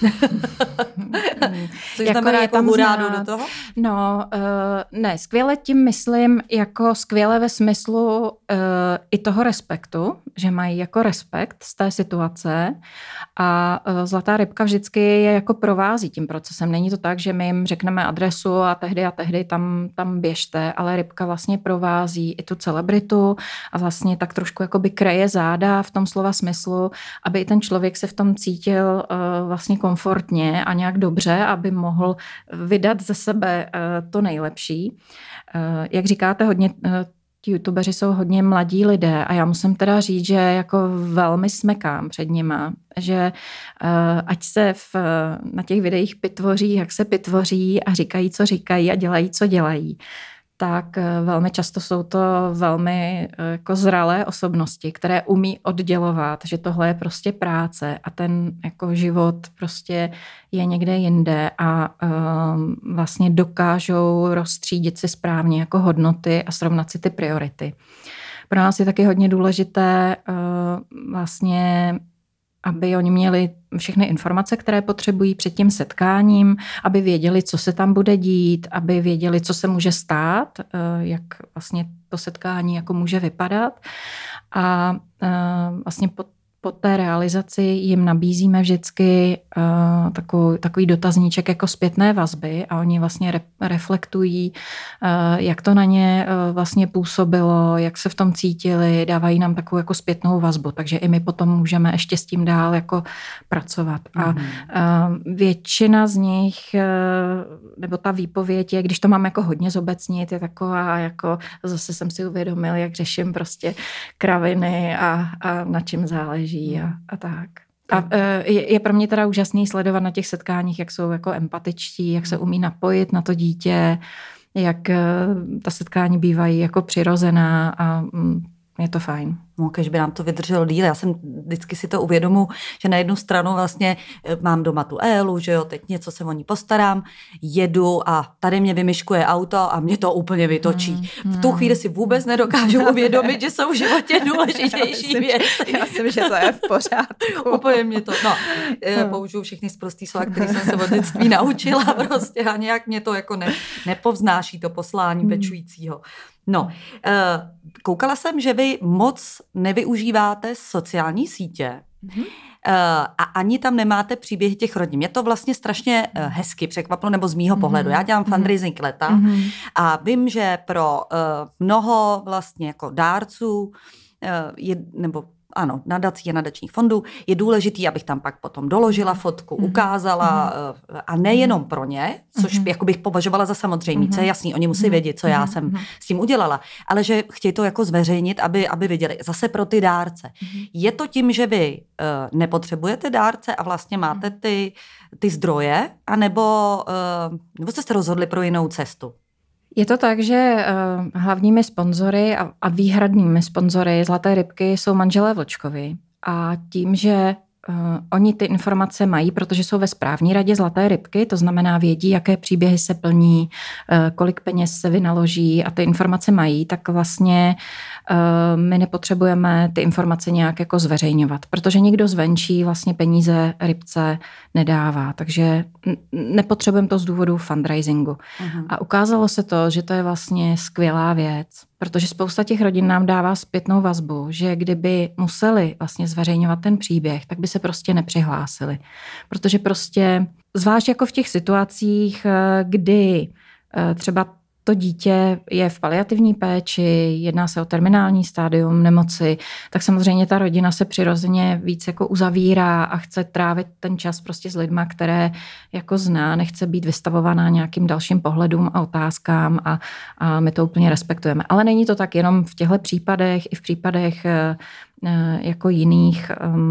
Což jako znamená jako hurádu do toho? No, uh, ne, skvěle tím myslím jako skvěle ve smyslu uh, i toho respektu, že mají jako respekt z té situace a uh, Zlatá rybka vždycky je jako provází tím procesem. Není to tak, že my jim řekneme adresu a tehdy a tehdy tam, tam běžte, ale rybka vlastně provází i tu celebritu a vlastně tak trošku jakoby kreje záda v tom slova smyslu, aby i ten člověk se v tom cítil uh, vlastně komfortně a nějak dobře, aby mohl vydat ze sebe to nejlepší. Jak říkáte, hodně ti youtubeři jsou hodně mladí lidé a já musím teda říct, že jako velmi smekám před nima, že ať se v, na těch videích pitvoří, jak se pitvoří a říkají, co říkají a dělají, co dělají, tak velmi často jsou to velmi jako zralé osobnosti, které umí oddělovat, že tohle je prostě práce a ten jako život prostě je někde jinde a um, vlastně dokážou rozstřídit si správně jako hodnoty a srovnat si ty priority. Pro nás je taky hodně důležité uh, vlastně, aby oni měli všechny informace, které potřebují před tím setkáním, aby věděli, co se tam bude dít, aby věděli, co se může stát, jak vlastně to setkání jako může vypadat. A vlastně po, po té realizaci jim nabízíme vždycky uh, takový, takový dotazníček jako zpětné vazby a oni vlastně re, reflektují, uh, jak to na ně uh, vlastně působilo, jak se v tom cítili, dávají nám takovou jako zpětnou vazbu, takže i my potom můžeme ještě s tím dál jako pracovat. A uh, většina z nich, uh, nebo ta výpověď je, když to mám jako hodně zobecnit, je taková jako, zase jsem si uvědomil, jak řeším prostě kraviny a, a na čem záleží. A, a tak. A je, je pro mě teda úžasný sledovat na těch setkáních, jak jsou jako empatičtí, jak se umí napojit na to dítě, jak ta setkání bývají jako přirozená a je to fajn. No, když by nám to vydrželo díl. Já jsem vždycky si to uvědomu, že na jednu stranu vlastně mám doma tu Élu, že jo, teď něco se o ní postarám, jedu a tady mě vymyškuje auto a mě to úplně vytočí. Hmm, v tu chvíli si vůbec nedokážu uvědomit, že jsou v životě důležitější věci. Já myslím, že to je v pořádku. Úplně mě to, no, použiju všechny sprostý slova, které jsem se od dětství naučila prostě a nějak mě to jako ne, nepovznáší to poslání pečujícího. No, koukala jsem, že vy moc nevyužíváte sociální sítě mm-hmm. a ani tam nemáte příběhy těch rodin. Mě to vlastně strašně hezky překvapilo, nebo z mýho mm-hmm. pohledu. Já dělám fundraising leta mm-hmm. a vím, že pro mnoho vlastně jako dárců je, nebo ano, nadací a nadačních fondů, je důležitý, abych tam pak potom doložila fotku, mm-hmm. ukázala mm-hmm. a nejenom pro ně, což mm-hmm. jako bych považovala za samozřejmé, mm-hmm. co je jasný, oni musí vědět, co já mm-hmm. jsem s tím udělala, ale že chtějí to jako zveřejnit, aby, aby viděli. Zase pro ty dárce. Mm-hmm. Je to tím, že vy uh, nepotřebujete dárce a vlastně máte ty, ty zdroje, anebo, uh, nebo jste se rozhodli pro jinou cestu? Je to tak, že uh, hlavními sponzory a, a výhradními sponzory Zlaté rybky jsou manželé Vlčkovi. A tím, že uh, oni ty informace mají, protože jsou ve správní radě Zlaté rybky, to znamená vědí, jaké příběhy se plní, uh, kolik peněz se vynaloží a ty informace mají, tak vlastně uh, my nepotřebujeme ty informace nějak jako zveřejňovat, protože nikdo zvenčí vlastně peníze rybce nedává, takže nepotřebujeme to z důvodu fundraisingu. Uh-huh. A ukázalo se to, že to je vlastně skvělá věc, protože spousta těch rodin nám dává zpětnou vazbu, že kdyby museli vlastně zveřejňovat ten příběh, tak by se prostě nepřihlásili. Protože prostě, zvlášť jako v těch situacích, kdy třeba to dítě je v paliativní péči, jedná se o terminální stádium nemoci, tak samozřejmě ta rodina se přirozeně víc jako uzavírá a chce trávit ten čas prostě s lidma, které jako zná, nechce být vystavovaná nějakým dalším pohledům a otázkám a, a my to úplně respektujeme. Ale není to tak jenom v těchto případech, i v případech jako jiných.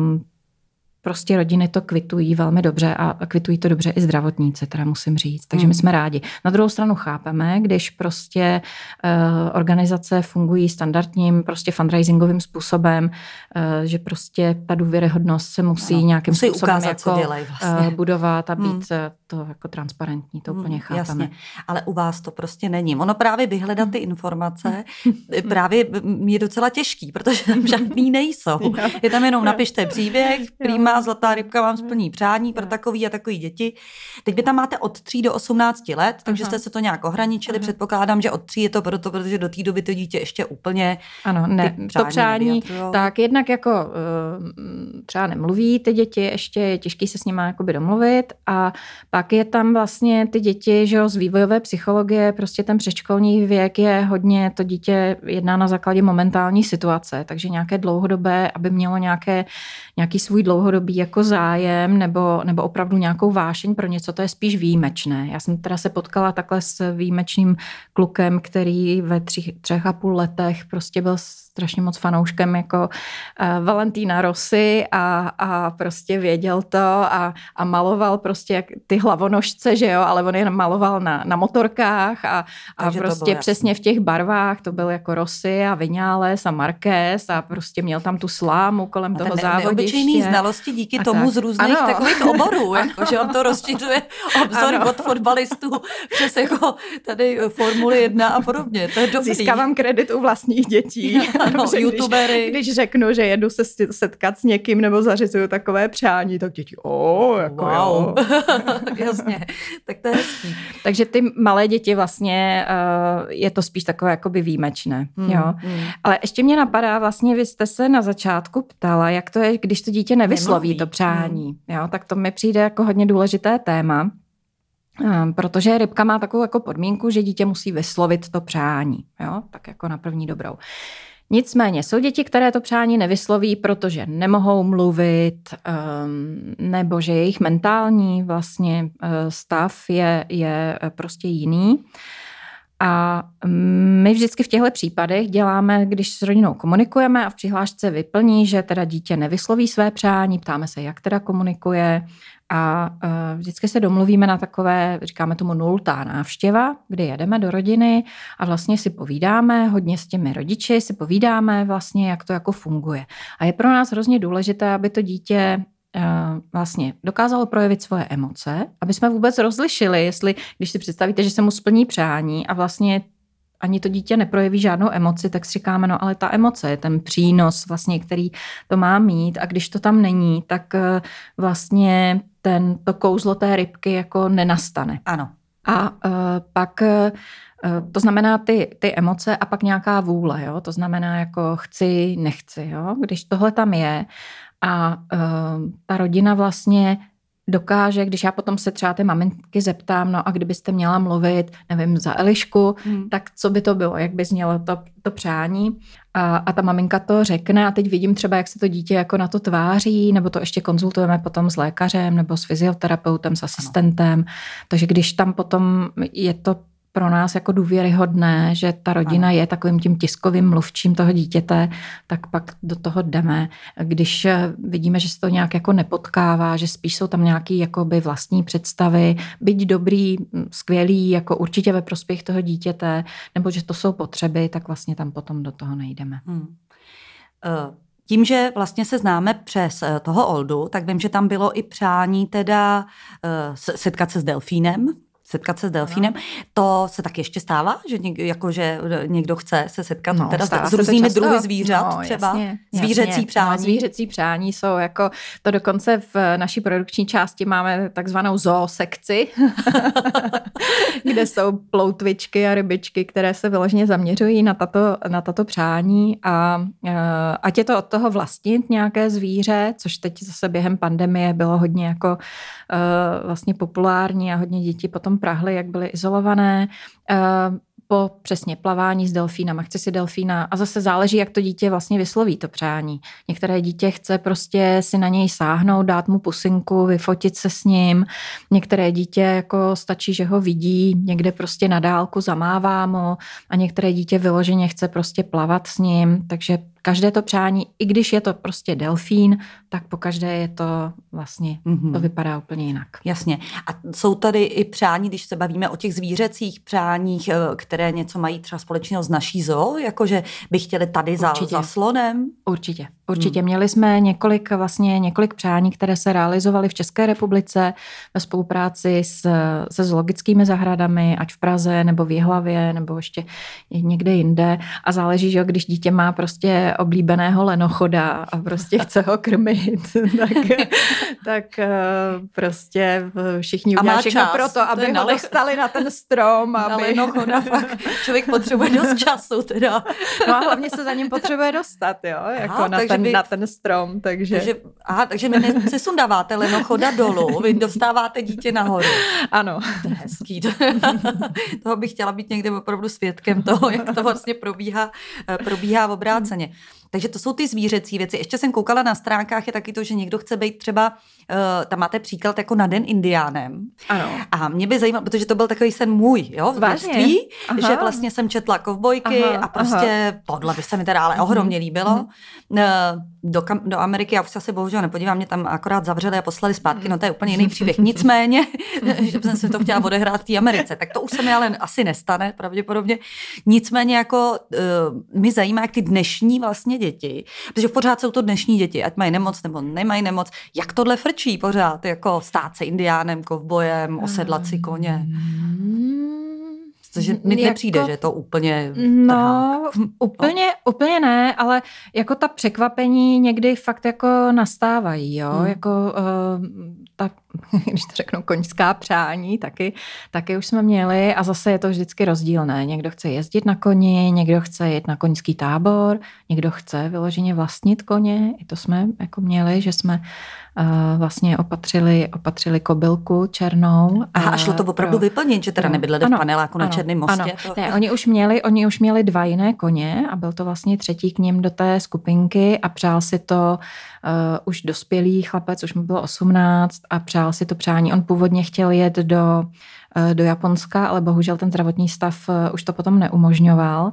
Prostě rodiny to kvitují velmi dobře a kvitují to dobře i zdravotníci, teda musím říct. Takže my jsme rádi. Na druhou stranu chápeme, když prostě uh, organizace fungují standardním, prostě fundraisingovým způsobem, uh, že prostě ta důvěryhodnost se musí ano, nějakým musí způsobem ukázat, jako, co dělají vlastně. uh, budovat a být hmm. to jako transparentní. To hmm, úplně chápeme. Jasně. Ale u vás to prostě není. Ono právě vyhledat ty informace právě je docela těžký, protože tam žádný nejsou. Je tam jenom napište příběh, prýma Zlatá rybka vám splní přání pro takový a takový děti. Teď vy tam máte od tří do osmnácti let, takže Aha. jste se to nějak ohraničili. Aha. Předpokládám, že od tří je to proto, protože do té doby to dítě ještě úplně ano, ne, přání to přání, tak jednak jako třeba nemluví ty děti, ještě je těžký se s nimi jakoby domluvit a pak je tam vlastně ty děti, že jo, z vývojové psychologie, prostě ten předškolní věk je hodně, to dítě jedná na základě momentální situace, takže nějaké dlouhodobé, aby mělo nějaké, nějaký svůj dlouhodobý jako zájem nebo, nebo opravdu nějakou vášeň pro něco, to je spíš výjimečné. Já jsem teda se potkala takhle s výjimečným klukem, který ve tři, třech a půl letech prostě byl strašně moc fanouškem jako uh, Valentína Rossi a, a prostě věděl to a, a maloval prostě jak ty hlavonožce, že jo, ale on je maloval na, na motorkách a, a prostě přesně v těch barvách, to byl jako Rossi a Viñales a Marquez a prostě měl tam tu slámu kolem a toho ne, závodiště. Neobyčejný znalosti díky tomu tak. Z různých ano. takových oborů, jako, že on to rozšiřuje obzory od fotbalistů přes jako tady Formuli jedna a podobně. To je dobrý. Získávám kredit u vlastních dětí. Ano, youtubery. Když, když řeknu, že jedu se setkat s někým nebo zařizuju takové přání, tak děti, o, jako wow. jo. Jasně, tak to je hezký. Takže ty malé děti vlastně uh, je to spíš takové jakoby výjimečné. Hmm, jo. Hmm. Ale ještě mě napadá, vlastně vy jste se na začátku ptala, jak to je, když to dítě nevysloví Nemluví. to přání. Hmm. Jo, tak to mi přijde jako hodně důležité téma. Protože rybka má takovou jako podmínku, že dítě musí vyslovit to přání. Jo? Tak jako na první dobrou. Nicméně jsou děti, které to přání nevysloví, protože nemohou mluvit, nebo že jejich mentální vlastně stav je, je prostě jiný. A my vždycky v těchto případech děláme, když s rodinou komunikujeme a v přihlášce vyplní, že teda dítě nevysloví své přání, ptáme se, jak teda komunikuje a vždycky se domluvíme na takové, říkáme tomu nultá návštěva, kdy jedeme do rodiny a vlastně si povídáme, hodně s těmi rodiči si povídáme vlastně, jak to jako funguje. A je pro nás hrozně důležité, aby to dítě vlastně dokázalo projevit svoje emoce, aby jsme vůbec rozlišili, jestli, když si představíte, že se mu splní přání a vlastně ani to dítě neprojeví žádnou emoci, tak si říkáme, no ale ta emoce je ten přínos, vlastně, který to má mít a když to tam není, tak vlastně ten, to kouzlo té rybky jako nenastane. Ano. A uh, pak uh, to znamená ty, ty emoce a pak nějaká vůle, jo? To znamená jako chci, nechci, jo? Když tohle tam je a uh, ta rodina vlastně dokáže, když já potom se třeba ty maminky zeptám, no a kdybyste měla mluvit, nevím, za Elišku, hmm. tak co by to bylo, jak by znělo to, to přání a, a ta maminka to řekne a teď vidím třeba, jak se to dítě jako na to tváří, nebo to ještě konzultujeme potom s lékařem nebo s fyzioterapeutem, s asistentem, ano. Takže když tam potom je to pro nás jako důvěryhodné, že ta rodina ano. je takovým tím tiskovým mluvčím toho dítěte, tak pak do toho jdeme. Když vidíme, že se to nějak jako nepotkává, že spíš jsou tam nějaké jakoby vlastní představy, byť dobrý, skvělý, jako určitě ve prospěch toho dítěte, nebo že to jsou potřeby, tak vlastně tam potom do toho nejdeme. Hmm. Uh. Tím, že vlastně se známe přes toho Oldu, tak vím, že tam bylo i přání teda uh, setkat se s delfínem, setkat se s delfínem. No. To se tak ještě stává, že, něk, jako, že někdo chce se setkat no, teda s různými druhy zvířat, no, třeba jasně, zvířecí jasně. přání. No, zvířecí přání jsou jako, to dokonce v naší produkční části máme takzvanou zoosekci, kde jsou ploutvičky a rybičky, které se vyloženě zaměřují na tato, na tato přání a ať je to od toho vlastnit nějaké zvíře, což teď zase během pandemie bylo hodně jako vlastně populární a hodně dětí potom prahly, jak byly izolované, po přesně plavání s delfínama, chce si delfína a zase záleží, jak to dítě vlastně vysloví to přání. Některé dítě chce prostě si na něj sáhnout, dát mu pusinku, vyfotit se s ním. Některé dítě jako stačí, že ho vidí, někde prostě na dálku zamává mu a některé dítě vyloženě chce prostě plavat s ním, takže každé to přání, i když je to prostě delfín, tak po každé je to vlastně, mm-hmm. to vypadá úplně jinak. Jasně. A jsou tady i přání, když se bavíme o těch zvířecích přáních, které něco mají třeba společného s naší zoo, jakože by chtěli tady za, za slonem? Určitě. Určitě. Hmm. Měli jsme několik, vlastně několik přání, které se realizovaly v České republice ve spolupráci s, se zoologickými zahradami, ať v Praze, nebo v Jihlavě, nebo ještě někde jinde. A záleží, že když dítě má prostě oblíbeného lenochoda a prostě chce ho krmit, tak, tak prostě všichni udělají všechno pro to, aby ho dostali na ten strom. Na aby... lenochoda fakt člověk potřebuje dost času teda. No a hlavně se za ním potřebuje dostat, jo, jako aha, na, ten, vy, na ten strom, takže... takže aha, takže vy nesundáváte lenochoda dolů, vy dostáváte dítě nahoru. Ano. To je hezký. Toho bych chtěla být někde opravdu svědkem toho, jak to vlastně probíhá, probíhá v obráceně. Takže to jsou ty zvířecí věci. Ještě jsem koukala na stránkách, je taky to, že někdo chce být třeba, uh, tam máte příklad jako na den indiánem. Ano. A mě by zajímalo, protože to byl takový sen můj, jo, v dětství, že vlastně jsem četla kovbojky aha, a prostě aha. tohle by se mi teda ale ohromně líbilo. Mm-hmm. Do, kam, do Ameriky, já už se asi bohužel nepodívám, mě tam akorát zavřeli a poslali zpátky, no to je úplně jiný příběh. Nicméně, že jsem si to chtěla odehrát v té Americe, tak to už se mi ale asi nestane, pravděpodobně. Nicméně jako uh, mi zajímá, jak ty dnešní vlastně děti, protože pořád jsou to dnešní děti, ať mají nemoc nebo nemají nemoc, jak tohle frčí pořád, jako stát se indiánem, kovbojem, osedlat si koně. Protože mi jako, nepřijde, že je to úplně No, úplně, no. úplně ne, ale jako ta překvapení někdy fakt jako nastávají, jo, hmm. jako uh, ta, když to řeknu, koňská přání taky, taky už jsme měli a zase je to vždycky rozdílné. Někdo chce jezdit na koni, někdo chce jít na koňský tábor, někdo chce vyloženě vlastnit koně, i to jsme jako měli, že jsme uh, vlastně opatřili, opatřili kobylku černou. Aha, a šlo to opravdu pro... vyplnit, že teda nebydleli v paneláku na Černém mostě? Ano. To... Ne, oni už měli, oni už měli dva jiné koně a byl to vlastně třetí k ním do té skupinky a přál si to uh, už dospělý chlapec, už mu bylo osmnáct a přál si to přání. On původně chtěl jet do, uh, do Japonska, ale bohužel ten zdravotní stav uh, už to potom neumožňoval.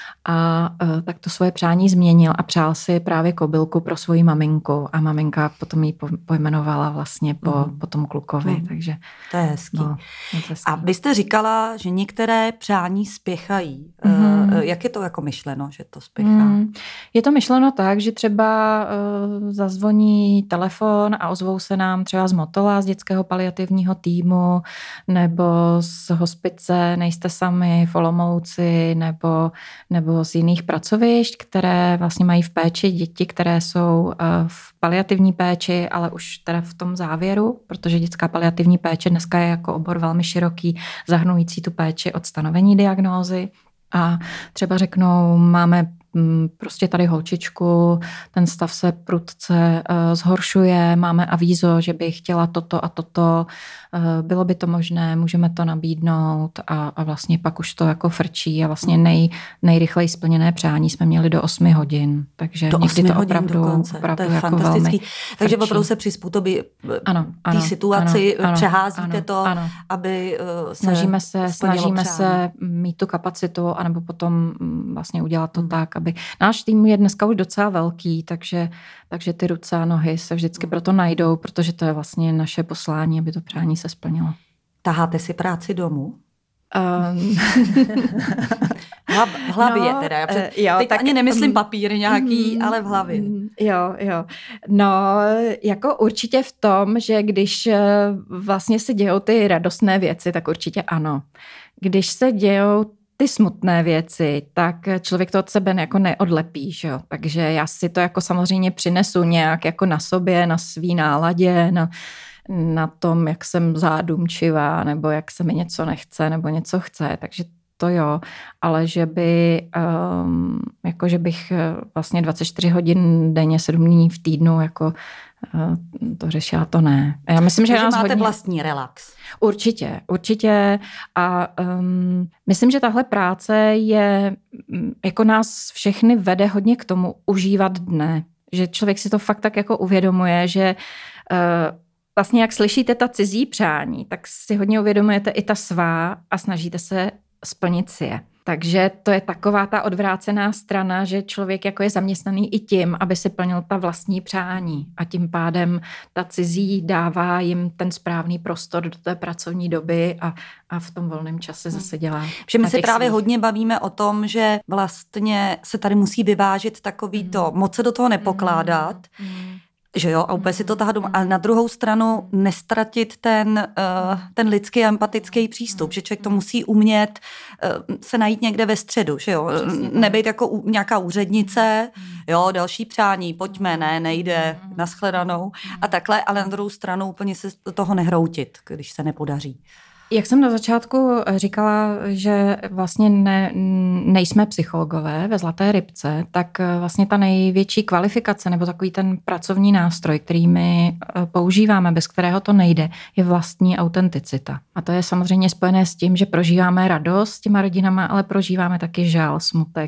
A uh, tak to svoje přání změnil a přál si právě kobylku pro svoji maminku a maminka potom ji pojmenovala vlastně po, mm. po tom klukovi. Mm. Takže, to je hezký. No, je to hezký. A vy jste říkala, že některé přání spěchají. Mm. Uh, jak je to jako myšleno, že to spěchá? Mm. Je to myšleno tak, že třeba uh, zazvoní telefon a ozvou se nám třeba z Motola, z dětského paliativního týmu nebo z hospice Nejste sami v Olomouci nebo, nebo z jiných pracovišť, které vlastně mají v péči děti, které jsou v paliativní péči, ale už teda v tom závěru, protože dětská paliativní péče dneska je jako obor velmi široký, zahrnující tu péči od stanovení diagnózy. A třeba řeknou, máme prostě tady holčičku, ten stav se prudce uh, zhoršuje, máme avízo, že by chtěla toto a toto, uh, bylo by to možné, můžeme to nabídnout a, a vlastně pak už to jako frčí a vlastně nej, nejrychleji splněné přání jsme měli do osmi hodin, takže do někdy osmi to opravdu, dokonce. opravdu to je jako fantastický. Takže frčí. opravdu se přizpůsobí té situaci, ano, přeházíte ano, to, ano. aby uh, se snažíme se, snažíme přání. se mít tu kapacitu anebo potom vlastně udělat to hmm. tak, aby náš tým je dneska už docela velký, takže, takže ty ruce a nohy se vždycky proto najdou, protože to je vlastně naše poslání, aby to přání se splnilo. Taháte si práci domů? Um. Hlav, v hlavě no, teda. Já před, jo, teď tak, ani nemyslím papíry nějaký, mm, ale v hlavě. Jo, jo. No, jako určitě v tom, že když vlastně se dějou ty radostné věci, tak určitě ano. Když se dějou ty smutné věci, tak člověk to od sebe jako neodlepí, že jo? Takže já si to jako samozřejmě přinesu nějak jako na sobě, na svý náladě, na, na tom, jak jsem zádumčivá, nebo jak se mi něco nechce, nebo něco chce, takže to jo, ale že by, um, jako že bych vlastně dvacet čtyři hodin denně, sedm dní v týdnu jako to řešila, to ne. Já myslím, že Takže nás máte hodně... vlastní relax. Určitě, určitě. A um, myslím, že tahle práce je, jako nás všechny vede hodně k tomu užívat dne. Že člověk si to fakt tak jako uvědomuje, že uh, vlastně jak slyšíte ta cizí přání, tak si hodně uvědomujete i ta svá a snažíte se splnit si je. Takže to je taková ta odvrácená strana, že člověk jako je zaměstnaný i tím, aby si plnil ta vlastní přání a tím pádem ta cizí dává jim ten správný prostor do té pracovní doby a, a v tom volném čase zase dělá. Protože my se právě svých. hodně bavíme o tom, že vlastně se tady musí vyvážit takový mm. to, moc se do toho nepokládat, mm. že jo, a úplně si to tahá doma. Ale na druhou stranu nestratit ten, uh, ten lidský a empatický přístup, že člověk to musí umět uh, se najít někde ve středu, že jo. Nebejt jako u, nějaká úřednice, jo, další přání, pojďme, ne, nejde, nashledanou a takhle, ale na druhou stranu úplně se toho nehroutit, když se nepodaří. Jak jsem na začátku říkala, že vlastně ne, nejsme psychologové ve Zlaté rybce, tak vlastně ta největší kvalifikace nebo takový ten pracovní nástroj, který my používáme, bez kterého to nejde, je vlastní autenticita. A to je samozřejmě spojené s tím, že prožíváme radost s těma rodinama, ale prožíváme taky žál, smutek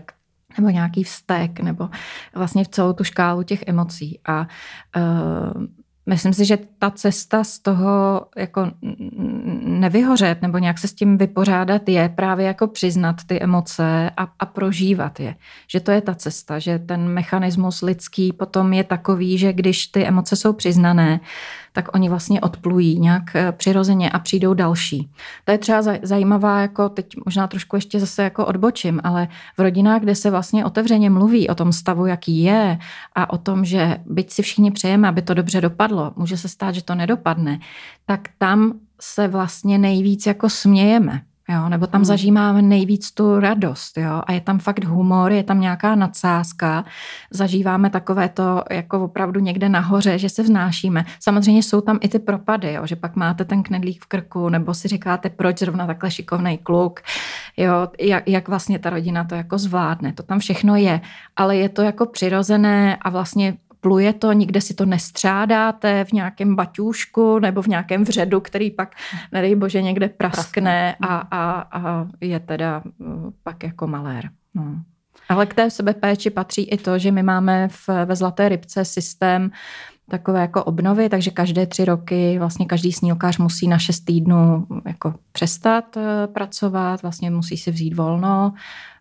nebo nějaký vztek, nebo vlastně v celou tu škálu těch emocí. A uh, myslím si, že ta cesta z toho jako nevyhořet nebo nějak se s tím vypořádat je právě jako přiznat ty emoce a, a prožívat je. Že to je ta cesta, že ten mechanismus lidský potom je takový, že když ty emoce jsou přiznané, tak oni vlastně odplují nějak přirozeně a přijdou další. To je třeba zajímavá, jako teď možná trošku ještě zase jako odbočím, ale v rodinách, kde se vlastně otevřeně mluví o tom stavu, jaký je a o tom, že byť si všichni přejeme, aby to dobře dopadlo, může se stát, že to nedopadne, tak tam se vlastně nejvíc jako smějeme. Jo, nebo tam hmm. zažíváme nejvíc tu radost, jo, a je tam fakt humor, je tam nějaká nadsázka, zažíváme takové to jako opravdu někde nahoře, že se vznášíme. Samozřejmě jsou tam i ty propady, jo, že pak máte ten knedlík v krku, nebo si říkáte, proč zrovna takhle šikovnej kluk, jo, jak, jak vlastně ta rodina to jako zvládne, to tam všechno je, ale je to jako přirozené a vlastně pluje to, nikde si to nestřádáte v nějakém baťůžku nebo v nějakém vředu, který pak, nedej bože, někde praskne a, a, a je teda pak jako malér. No. Ale k té sebepéči patří i to, že my máme v, ve Zlaté rybce systém takové jako obnovy, takže každé tři roky vlastně každý snílkař musí na šest týdnů jako přestat pracovat, vlastně musí si vzít volno,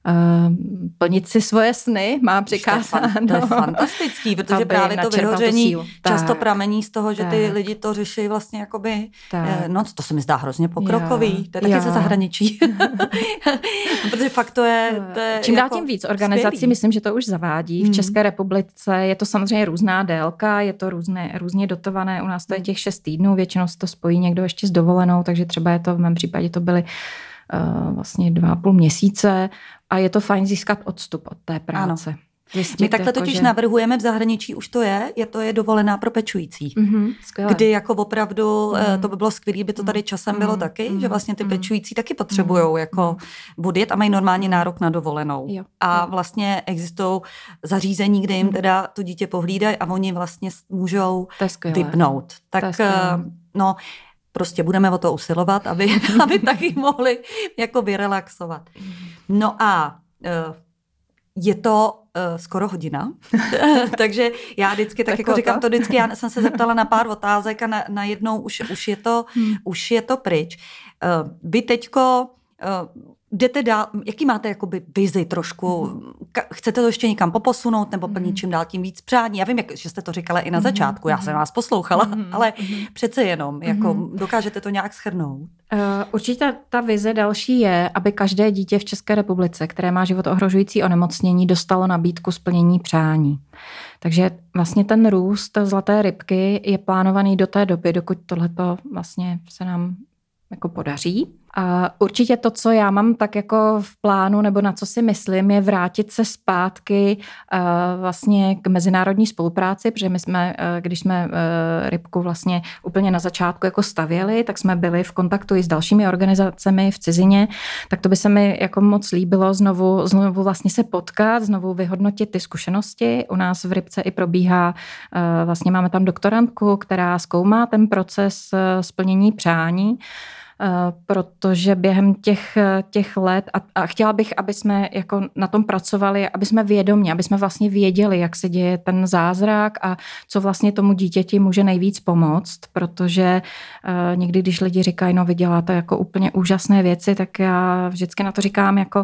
plnit si svoje sny, má přikázáno. To je fantastický, protože právě to vyhoření často pramení z toho, že tak. ty lidi to řeší vlastně jakoby, tak. no to se mi zdá hrozně pokrokový, jo. to je taky jo. ze zahraničí. Protože fakt to je... To je Čím dál jako tím víc organizací, skvělý. Myslím, že to už zavádí. V České republice je to samozřejmě různá délka, je to různé, různě dotované, u nás to je těch šest týdnů, většinou se to spojí někdo ještě s dovolenou, takže třeba je to, v mém případě to byly uh, vlastně dva a půl měsíce a je to fajn získat odstup od té práce. Ano. Zjistit, My takhle jako, totiž že... navrhujeme v zahraničí, už to je, je to je dovolená pro pečující. Mm-hmm, kdy jako opravdu, mm. to by bylo skvělé, by to tady časem mm. bylo taky, mm. že vlastně ty pečující taky potřebujou mm. jako budjet a mají normálně nárok na dovolenou. Jo. A vlastně existují zařízení, kde jim teda to dítě pohlídají a oni vlastně můžou vypnout. Tak no, prostě budeme o to usilovat, aby, aby taky mohli jako vyrelaxovat. No a je to uh, skoro hodina, takže já vždycky tak, tak jako říkám to vždycky, já jsem se zeptala na pár otázek a na, na jednou už, už, je to, hmm. už je to pryč. Uh, vy teďko uh, jdete dál, jaký máte jakoby vizi trošku, hmm. chcete to ještě někam poposunout nebo plnit čím dál tím víc přání? Já vím, jak, že jste to říkala i na začátku, já jsem vás poslouchala, hmm. ale hmm. přece jenom, jako hmm. dokážete to nějak shrnout? Uh, určitě ta vize další je, aby každé dítě v České republice, které má život ohrožující onemocnění, dostalo nabídku splnění přání. Takže vlastně ten růst Zlaté rybky je plánovaný do té doby, dokud tohleto vlastně se nám jako podaří. A určitě to, co já mám tak jako v plánu, nebo na co si myslím, je vrátit se zpátky uh, vlastně k mezinárodní spolupráci, protože my jsme, uh, když jsme uh, rybku vlastně úplně na začátku jako stavěli, tak jsme byli v kontaktu i s dalšími organizacemi v cizině, tak to by se mi jako moc líbilo znovu, znovu vlastně se potkat, znovu vyhodnotit ty zkušenosti. U nás v rybce i probíhá, uh, vlastně máme tam doktorantku, která zkoumá ten proces uh, splnění přání, protože během těch, těch let a, a chtěla bych, aby jsme jako na tom pracovali, aby jsme vědomě, aby jsme vlastně věděli, jak se děje ten zázrak a co vlastně tomu dítěti může nejvíc pomoct, protože uh, někdy, když lidi říkají, no vy děláte jako úplně úžasné věci, tak já vždycky na to říkám jako uh,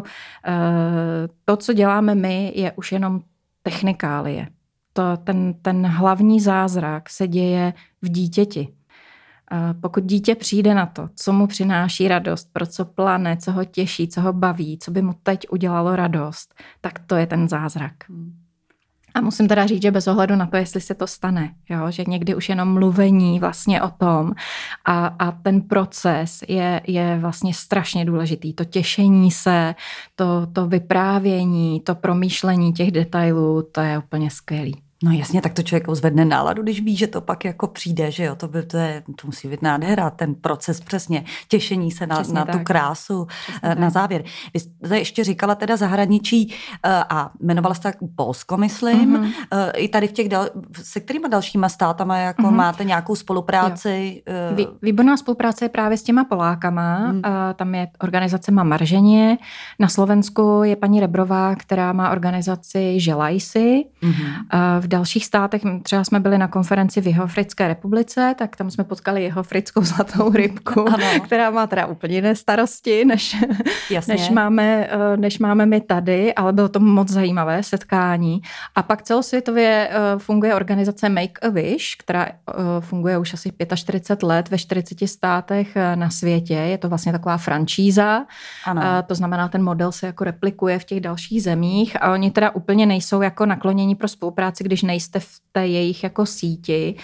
to, co děláme my, je už jenom technikálie. To, ten, ten hlavní zázrak se děje v dítěti. Pokud dítě přijde na to, co mu přináší radost, pro co plane, co ho těší, co ho baví, co by mu teď udělalo radost, tak to je ten zázrak. A musím teda říct, že bez ohledu na to, jestli se to stane, jo? Že někdy už jenom mluvení vlastně o tom a, a ten proces je, je vlastně strašně důležitý. To těšení se, to, to vyprávění, to promýšlení těch detailů, to je úplně skvělý. No jasně, tak to člověk zvedne náladu, když ví, že to pak jako přijde, že jo, to, by, to, je, to musí být nádhera, ten proces přesně, těšení se na, na tu krásu přesně na tak. závěr. Vy jste ještě říkala teda zahraničí a jmenovala jste tak Polsko, myslím, mm-hmm. i tady v těch, dal, se kterýma dalšíma státama jako mm-hmm. máte nějakou spolupráci? Vý, výborná spolupráce je právě s těma Polákama, mm. tam je organizace Mamarženie, na Slovensku je paní Rebrová, která má organizaci Želajsi, mm-hmm. v dalších státech, třeba jsme byli na konferenci v Jihoafrické republice, tak tam jsme potkali jihoafrickou zlatou rybku, která má teda úplně jiné starosti, než, než, máme, než máme my tady, ale bylo to moc zajímavé setkání. A pak celosvětově funguje organizace Make a Wish, která funguje už asi čtyřicet pět let ve čtyřiceti státech na světě. Je to vlastně taková franšíza. Ano. To znamená, ten model se jako replikuje v těch dalších zemích a oni teda úplně nejsou jako naklonění pro spolupráci, když nejste v té jejich jako síti.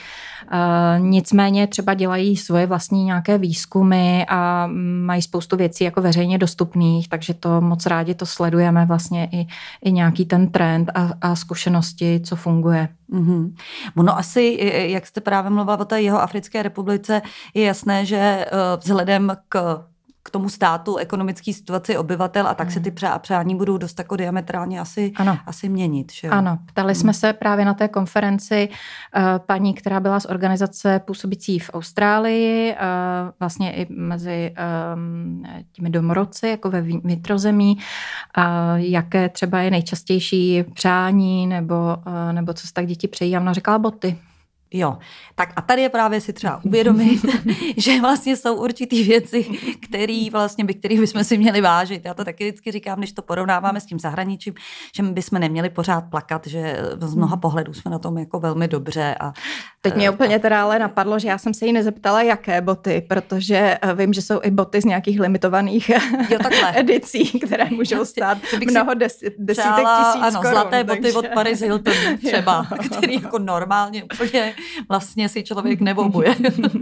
Nicméně třeba dělají svoje vlastní nějaké výzkumy a mají spoustu věcí jako veřejně dostupných, takže to moc rádi to sledujeme vlastně i, i nějaký ten trend a, a zkušenosti, co funguje. Mm-hmm. No asi, jak jste právě mluvila o té Jihoafrické republice, je jasné, že vzhledem k k tomu státu, ekonomické situaci obyvatel a tak mm. se ty přá, přání budou dost jako diametrálně asi, asi měnit. Že? Ano, ptali mm. jsme se právě na té konferenci uh, paní, která byla z organizace působící v Austrálii, uh, vlastně i mezi um, těmi domorodci, jako ve vnitrozemí, uh, jaké třeba je nejčastější přání, nebo, uh, nebo co se tak děti přejí. A ona říkala boty. Jo, tak a tady je právě si třeba uvědomit, že vlastně jsou určitý věci, který vlastně, by kterých bychom si měli vážit. Já to taky vždycky říkám, když to porovnáváme s tím zahraničím, že my bychom neměli pořád plakat, že z mnoha pohledů jsme na tom jako velmi dobře. A teď mě úplně teda ale napadlo, že já jsem se jí nezeptala, jaké boty, protože vím, že jsou i boty z nějakých limitovaných jo, edicí, které můžou stát mnoho des, desítek přála, tisíc ano, korun. Zlaté boty takže... od Paris Hilton třeba, jo. který jako normálně úplně vlastně si člověk neobuje.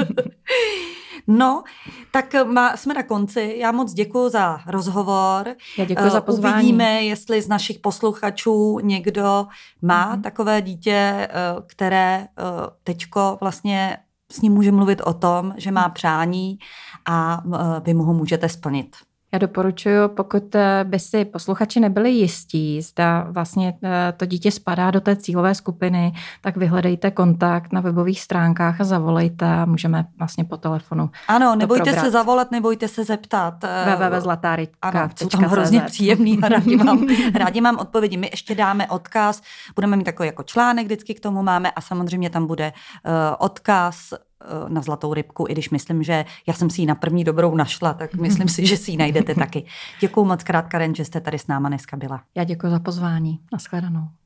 No, tak má, jsme na konci. Já moc děkuji za rozhovor. Já děkuji za pozvání. Uvidíme, jestli z našich posluchačů někdo má mm-hmm. takové dítě, které teďko vlastně s ním může mluvit o tom, že má přání a vy mu ho můžete splnit. Já doporučuji, pokud by si posluchači nebyli jistí, zda vlastně to dítě spadá do té cílové skupiny, tak vyhledejte kontakt na webových stránkách a zavolejte a můžeme vlastně po telefonu. Ano, nebojte se zavolat, nebojte se zeptat. w w w tečka zlatá rybka tečka cé zet. Ano, jsou tam hrozně příjemný a rádi mám, rádi mám odpovědi. My ještě dáme odkaz, budeme mít takový jako článek, vždycky k tomu máme a samozřejmě tam bude uh, odkaz na Zlatou rybku, i když myslím, že já jsem si ji na první dobrou našla, tak myslím si, že si ji najdete taky. Děkuju moc krát, Karen, že jste tady s náma dneska byla. Já děkuji za pozvání. Nashledanou.